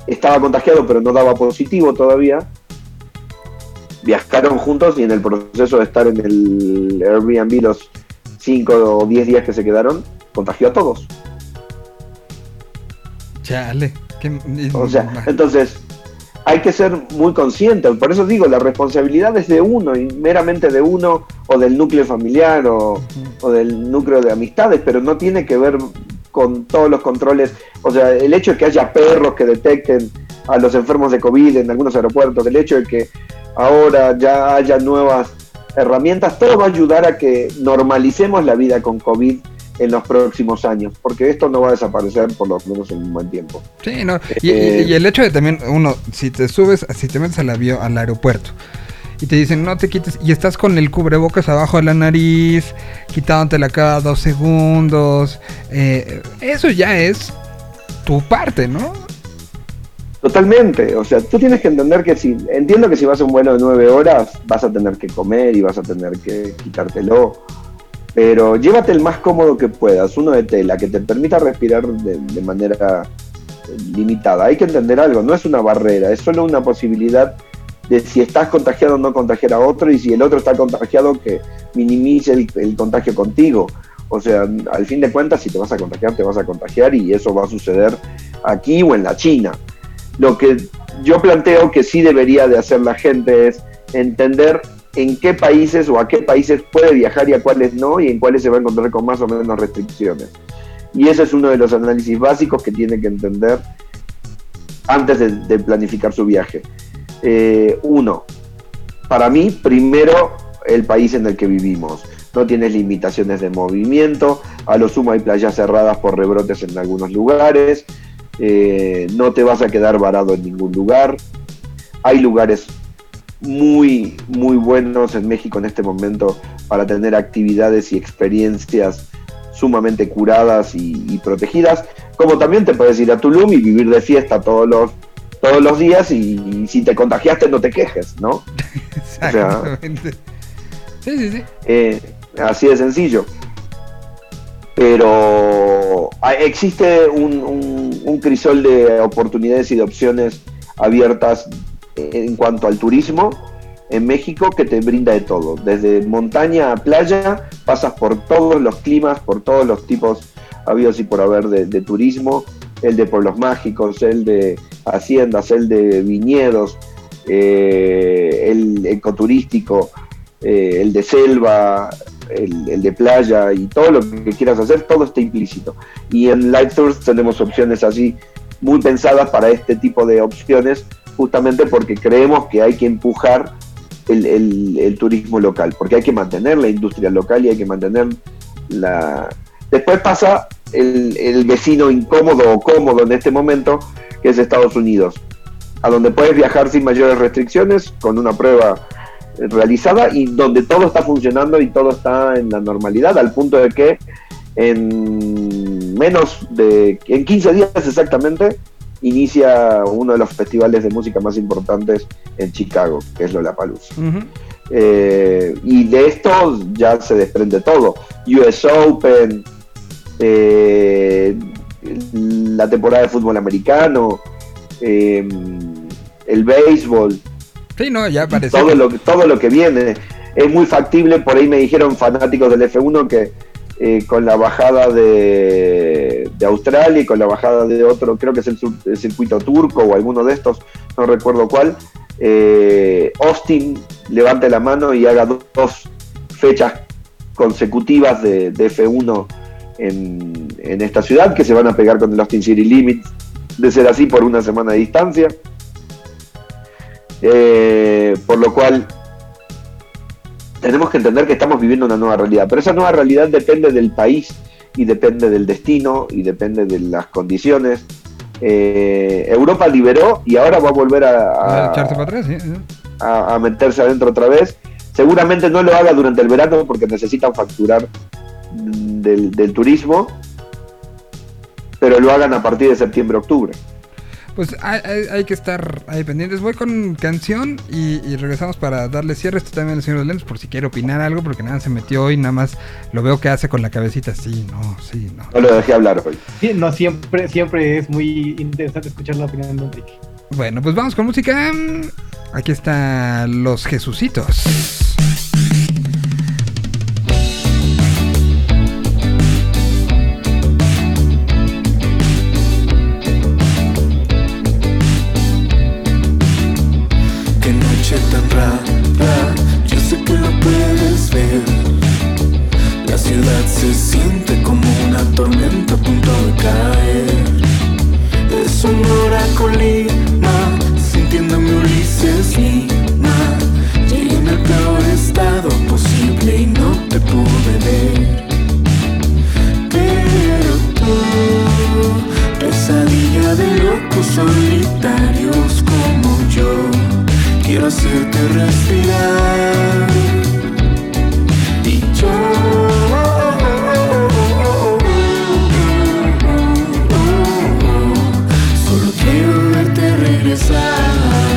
estaba contagiado pero no daba positivo todavía. Viajaron juntos y en el proceso de estar en el Airbnb los 5 o 10 días que se quedaron, contagió a todos. Chale. O sea, entonces hay que ser muy conscientes. Por eso digo, la responsabilidad es de uno, y meramente de uno, o del núcleo familiar, o del núcleo de amistades, pero no tiene que ver con todos los controles. O sea, el hecho de que haya perros que detecten a los enfermos de COVID en algunos aeropuertos, el hecho de que ahora ya haya nuevas herramientas, todo va a ayudar a que normalicemos la vida con COVID en los próximos años, porque esto no va a desaparecer por lo menos en un buen tiempo. Sí, no, y el hecho de también uno, si te metes al avión, al aeropuerto, y te dicen no te quites, y estás con el cubrebocas abajo de la nariz, quitándotela cada 2 segundos, eso ya es tu parte, ¿no? Totalmente, o sea, tú tienes que entender que entiendo que si vas a un vuelo de 9 horas, vas a tener que comer y vas a tener que quitártelo, pero llévate el más cómodo que puedas, uno de tela, que te permita respirar de manera limitada. Hay que entender algo, no es una barrera, es solo una posibilidad de si estás contagiado o no contagiar a otro, y si el otro está contagiado, que minimice el contagio contigo. O sea, al fin de cuentas, si te vas a contagiar, y eso va a suceder aquí o en la China. Lo que yo planteo que sí debería de hacer la gente es entender en qué países o a qué países puede viajar y a cuáles no, y en cuáles se va a encontrar con más o menos restricciones. Y ese es uno de los análisis básicos que tiene que entender antes de planificar su viaje. Uno, para mí, primero, el país en el que vivimos. No tienes limitaciones de movimiento, a lo sumo hay playas cerradas por rebrotes en algunos lugares, no te vas a quedar varado en ningún lugar. Hay lugares muy, muy buenos en México en este momento para tener actividades y experiencias sumamente curadas y protegidas, como también te puedes ir a Tulum y vivir de fiesta todos los días, y si te contagiaste no te quejes, ¿no? Exactamente. O sea, sí. Así de sencillo. Pero existe un crisol de oportunidades y de opciones abiertas en cuanto al turismo en México, que te brinda de todo, desde montaña a playa, pasas por todos los climas, por todos los tipos habidos y por haber de turismo, el de pueblos mágicos, el de haciendas, el de viñedos, el ecoturístico, el de selva, el de playa, y todo lo que quieras hacer, todo está implícito. Y en Light Tours tenemos opciones así muy pensadas para este tipo de opciones, justamente porque creemos que hay que empujar el turismo local, porque hay que mantener la industria local y hay que mantener la... Después pasa el vecino incómodo o cómodo en este momento, que es Estados Unidos, a donde puedes viajar sin mayores restricciones, con una prueba realizada, y donde todo está funcionando y todo está en la normalidad, al punto de que en 15 días exactamente inicia uno de los festivales de música más importantes en Chicago, que es Lollapalooza. Uh-huh. Y de esto ya se desprende todo. US Open, la temporada de fútbol americano, el béisbol. Sí, no, ya parece. Todo lo que viene. Es muy factible, por ahí me dijeron fanáticos del F1 que con la bajada de Australia y con la bajada de otro, creo que es el circuito turco o alguno de estos, no recuerdo cuál, Austin levante la mano y haga 2 fechas consecutivas de F1 en esta ciudad, que se van a pegar con el Austin City Limits, de ser así, por una semana de distancia. Por lo cual tenemos que entender que estamos viviendo una nueva realidad, pero esa nueva realidad depende del país y depende del destino y depende de las condiciones. Europa liberó y ahora va a volver a echarse para atrás, ¿sí? A meterse adentro otra vez. Seguramente no lo haga durante el verano porque necesitan facturar del turismo, pero lo hagan a partir de septiembre-octubre. Pues hay que estar ahí pendientes. Voy con canción y regresamos para darle cierre. Esto también al señor de lentes por si quiere opinar algo, porque nada se metió hoy, nada más lo veo que hace con la cabecita. Sí, no. No lo dejé hablar hoy. Sí, no, siempre es muy interesante escuchar la opinión de Enrique. Bueno, pues vamos con música. Aquí están Los Jesucitos. Tan rara, yo sé que lo puedes ver. La ciudad se siente como una tormenta a punto de caer. Es Sonora Colima, sintiéndome Ulises Lima. Llegué en el peor estado posible y no te pude ver. Pero tú, pesadilla de locos solitarios como yo, quiero hacerte respirar. Y yo solo quiero verte regresar.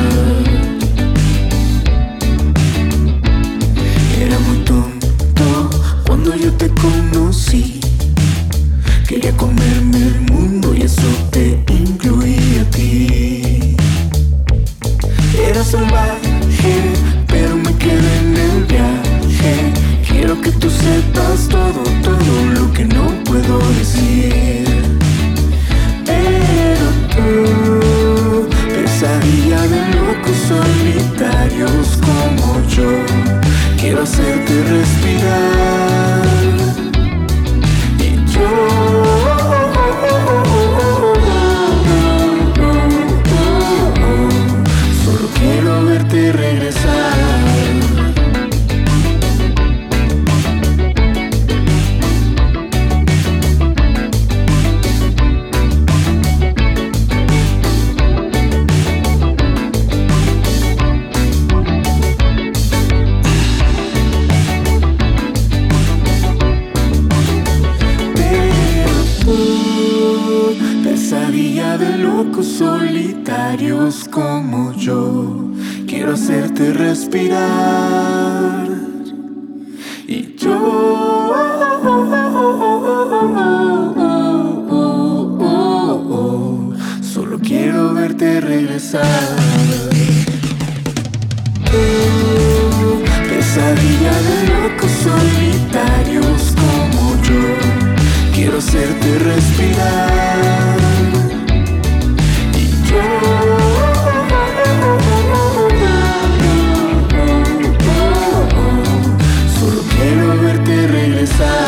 Era muy tonto cuando yo te conocí. Quería comerme el mundo y eso te incluía a ti. Era salvaje, pero me quedé en el viaje. Quiero que tú sepas todo lo que no puedo decir. Pero tú, pesadilla de locos solitarios como yo, quiero hacerte respirar. Y yo quiero verte regresar. Pero tú, pesadilla de locos solitarios como yo, quiero hacerte respirar. Y yo solo quiero verte regresar. Pesadilla de locos solitarios como yo, quiero hacerte respirar. Y yo quiero verte regresar.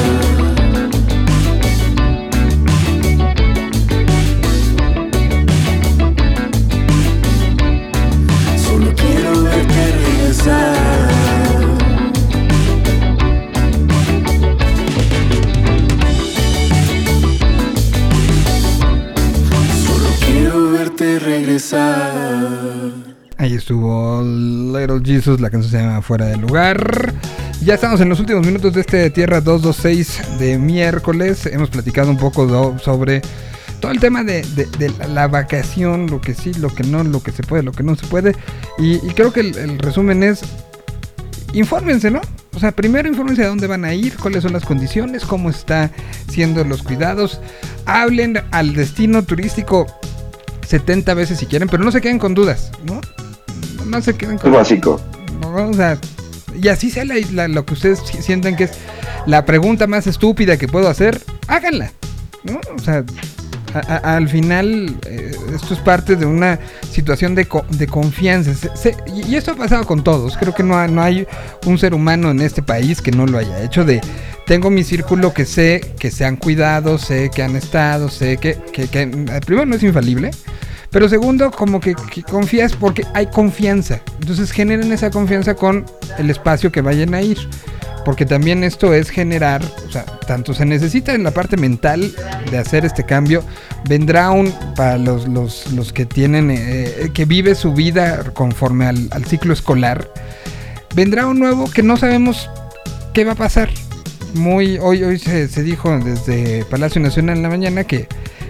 Solo quiero verte regresar. Solo quiero verte regresar. Ahí estuvo Little Jesus, la canción se llama Fuera de Lugar. Ya estamos en los últimos minutos de este Tierra 226 de miércoles. Hemos platicado un poco sobre todo el tema de la vacación, lo que sí, lo que no, lo que se puede, lo que no se puede. Y creo que el resumen es: infórmense, ¿no? O sea, primero infórmense a dónde van a ir, cuáles son las condiciones, cómo está siendo los cuidados. Hablen al destino turístico 70 veces si quieren, pero no se queden con dudas, ¿no? No se queden con... Es básico. No, o sea, y así sea lo que ustedes sientan que es la pregunta más estúpida que puedo hacer, háganla, ¿no? O sea, al final esto es parte de una situación de confianza. Y esto ha pasado con todos. Creo que no hay un ser humano en este país que no lo haya hecho. Tengo mi círculo que sé que se han cuidado, sé que han estado, sé que primero no es infalible, pero segundo como que confías porque hay confianza. Entonces generen esa confianza con el espacio que vayan a ir. Porque también esto es generar, o sea, tanto se necesita en la parte mental de hacer este cambio, vendrá para los que tienen, que vive su vida conforme al ciclo escolar, vendrá un nuevo que no sabemos qué va a pasar. Hoy se dijo desde Palacio Nacional en la mañana que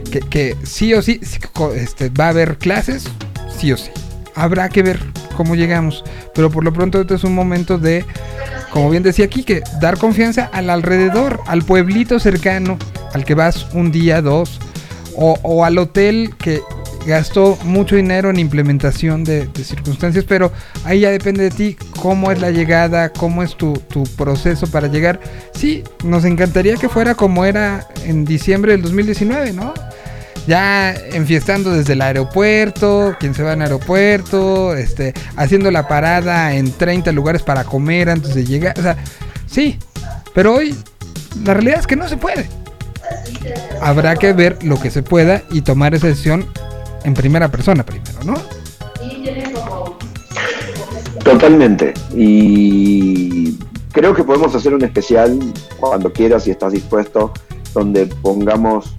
que sí o sí va a haber clases, sí o sí. Habrá que ver cómo llegamos, pero por lo pronto este es un momento de, como bien decía Quique, dar confianza al alrededor, al pueblito cercano, al que vas un día, 2, o al hotel que gastó mucho dinero en implementación de circunstancias, pero ahí ya depende de ti cómo es la llegada, cómo es tu proceso para llegar. Sí, nos encantaría que fuera como era en diciembre del 2019, ¿no? Ya enfiestando desde el aeropuerto, quien se va en aeropuerto, haciendo la parada en 30 lugares para comer antes de llegar. O sea, sí, pero hoy la realidad es que no se puede. Habrá que ver lo que se pueda y tomar esa decisión en primera persona primero, ¿no? Totalmente. Y creo que podemos hacer un especial cuando quieras, si estás dispuesto, donde pongamos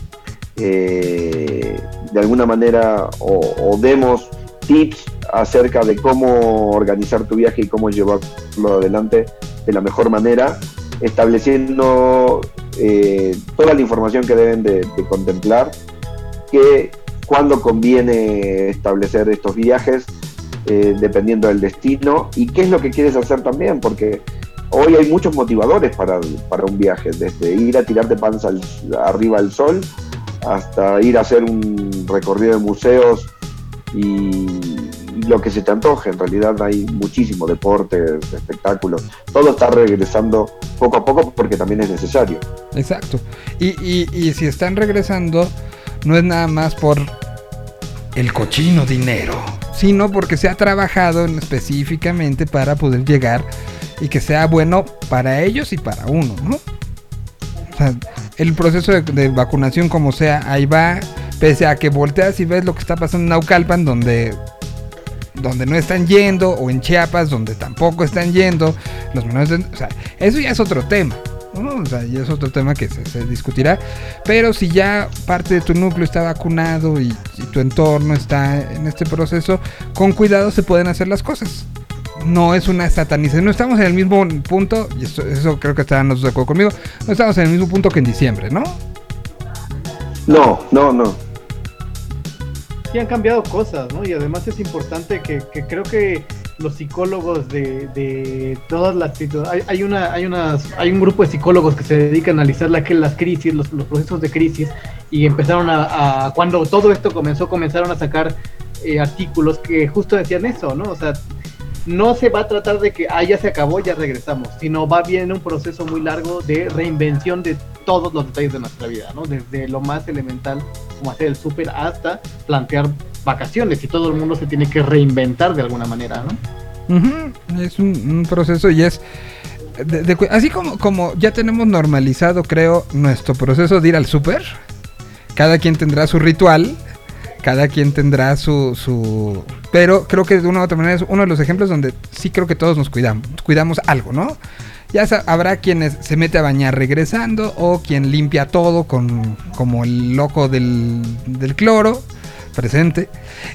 de alguna manera o demos tips acerca de cómo organizar tu viaje y cómo llevarlo adelante de la mejor manera, estableciendo toda la información que deben de contemplar, que cuándo conviene establecer estos viajes, dependiendo del destino, y qué es lo que quieres hacer también, porque hoy hay muchos motivadores para un viaje, desde ir a tirarte panza arriba al sol, hasta ir a hacer un recorrido de museos y lo que se te antoje. En realidad hay muchísimo deporte, espectáculos, todo está regresando poco a poco porque también es necesario. Exacto, y si están regresando, no es nada más por el cochino dinero, sino porque se ha trabajado específicamente para poder llegar y que sea bueno para ellos y para uno, ¿no? O sea, el proceso de vacunación como sea, ahí va, pese a que volteas y ves lo que está pasando en Naucalpan, donde no están yendo, o en Chiapas, donde tampoco están yendo, los menores o sea, eso ya es otro tema, ¿no? O sea, ya es otro tema que se discutirá, pero si ya parte de tu núcleo está vacunado y tu entorno está en este proceso, con cuidado se pueden hacer las cosas. No es una satanización, no estamos en el mismo punto, y eso creo que estarán de acuerdo conmigo, no estamos en el mismo punto que en diciembre, ¿no? No. Sí han cambiado cosas, ¿no? Y además es importante que creo que los psicólogos de todas las hay un grupo de psicólogos que se dedican a analizar las crisis, los procesos de crisis, y empezaron a cuando todo esto comenzaron a sacar artículos que justo decían eso, ¿no? O sea, no se va a tratar de que ya se acabó, ya regresamos, sino va bien un proceso muy largo de reinvención de todos los detalles de nuestra vida, ¿no? Desde lo más elemental, como hacer el súper, hasta plantear vacaciones, y todo el mundo se tiene que reinventar de alguna manera, ¿no? Uh-huh. Es un proceso, y es así como ya tenemos normalizado, creo, nuestro proceso de ir al súper. Cada quien tendrá su ritual, cada quien tendrá su pero creo que de una u otra manera es uno de los ejemplos donde sí creo que todos nos cuidamos algo, ¿no? Ya habrá quienes se mete a bañar regresando, o quien limpia todo como el loco del cloro presente,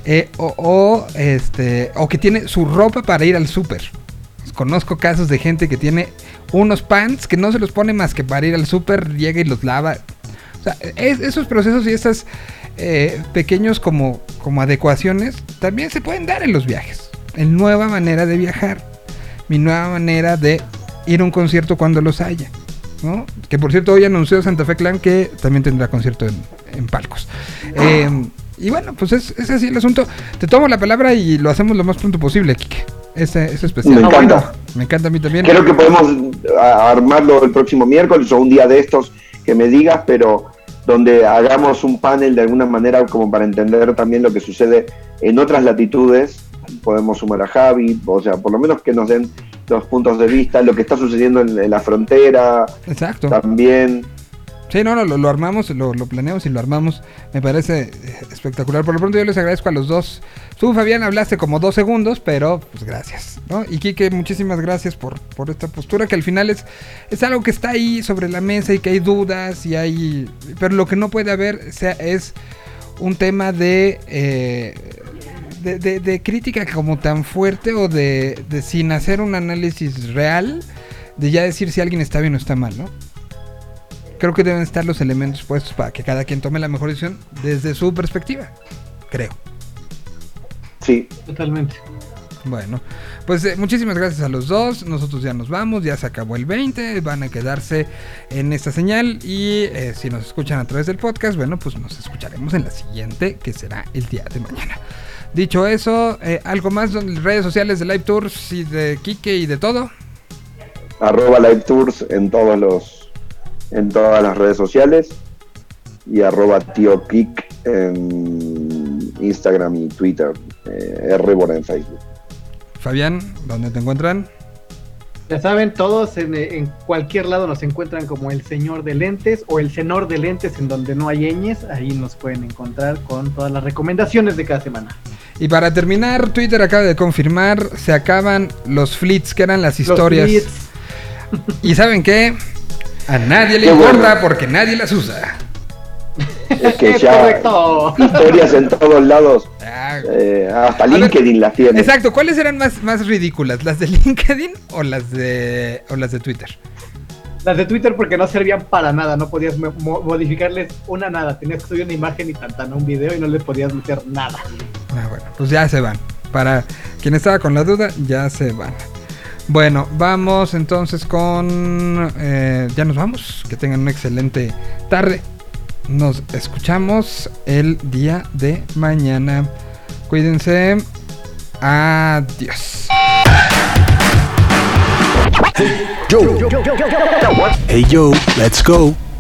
o que tiene su ropa para ir al súper. Conozco casos de gente que tiene unos pants que no se los pone más que para ir al súper, llega y los lava. O sea, esos procesos y estas pequeños como adecuaciones también se pueden dar en los viajes. En nueva manera de viajar, mi nueva manera de ir a un concierto cuando los haya, ¿no? Que por cierto hoy anunció Santa Fe Clan que también tendrá concierto en Palcos. Y bueno, pues es así el asunto. Te tomo la palabra y lo hacemos lo más pronto posible, Quique. Ese especial. Me encanta. Bueno, me encanta a mí también. Creo que podemos armarlo el próximo miércoles o un día de estos que me digas, pero donde hagamos un panel de alguna manera como para entender también lo que sucede en otras latitudes. Podemos sumar a Javi, o sea, por lo menos que nos den los puntos de vista, lo que está sucediendo en la frontera. Exacto. También. Sí, no, lo armamos, lo planeamos y lo armamos. Me parece espectacular. Por lo pronto yo les agradezco a los dos. Tú, Fabián, hablaste como 2 segundos, pero pues gracias, ¿no? Y Quique, muchísimas gracias por esta postura, que al final es algo que está ahí sobre la mesa y que hay dudas pero lo que no puede haber es un tema de crítica como tan fuerte, o de sin hacer un análisis real, de ya decir si alguien está bien o está mal, ¿no? creo que deben estar los elementos puestos para que cada quien tome la mejor decisión desde su perspectiva, creo. Sí. Totalmente. Bueno, pues muchísimas gracias a los dos. Nosotros ya nos vamos, ya se acabó el 20. Van a quedarse en esta señal. Y si nos escuchan a través del podcast, bueno, pues nos escucharemos en la siguiente, que será el día de mañana. Dicho eso, algo más, redes sociales de Live Tours y de Quique y de todo. @Live Tours en todas las redes sociales. Y @Tío Kik en Instagram y Twitter. Rbora en Facebook. Fabián, ¿dónde te encuentran? Ya saben, todos en cualquier lado nos encuentran como el señor de lentes o el senor de lentes en donde no hay ñes. Ahí nos pueden encontrar con todas las recomendaciones de cada semana. Y para terminar, Twitter acaba de confirmar, se acaban los fleets, que eran las historias. ¿Y saben qué? A nadie le importa porque nadie las usa. Es que ya historias en todos lados. Hasta LinkedIn las tiene. Exacto, ¿cuáles eran más ridículas? ¿Las de LinkedIn o las de Twitter? Las de Twitter porque no servían para nada, no podías modificarles nada, tenías que subir una imagen y un video y no le podías meter nada. Bueno, pues ya se van. Para quien estaba con la duda, ya se van. Bueno, vamos entonces con... ya nos vamos, que tengan una excelente tarde. Nos escuchamos el día de mañana. Cuídense. Adiós. Hey, yo, let's go.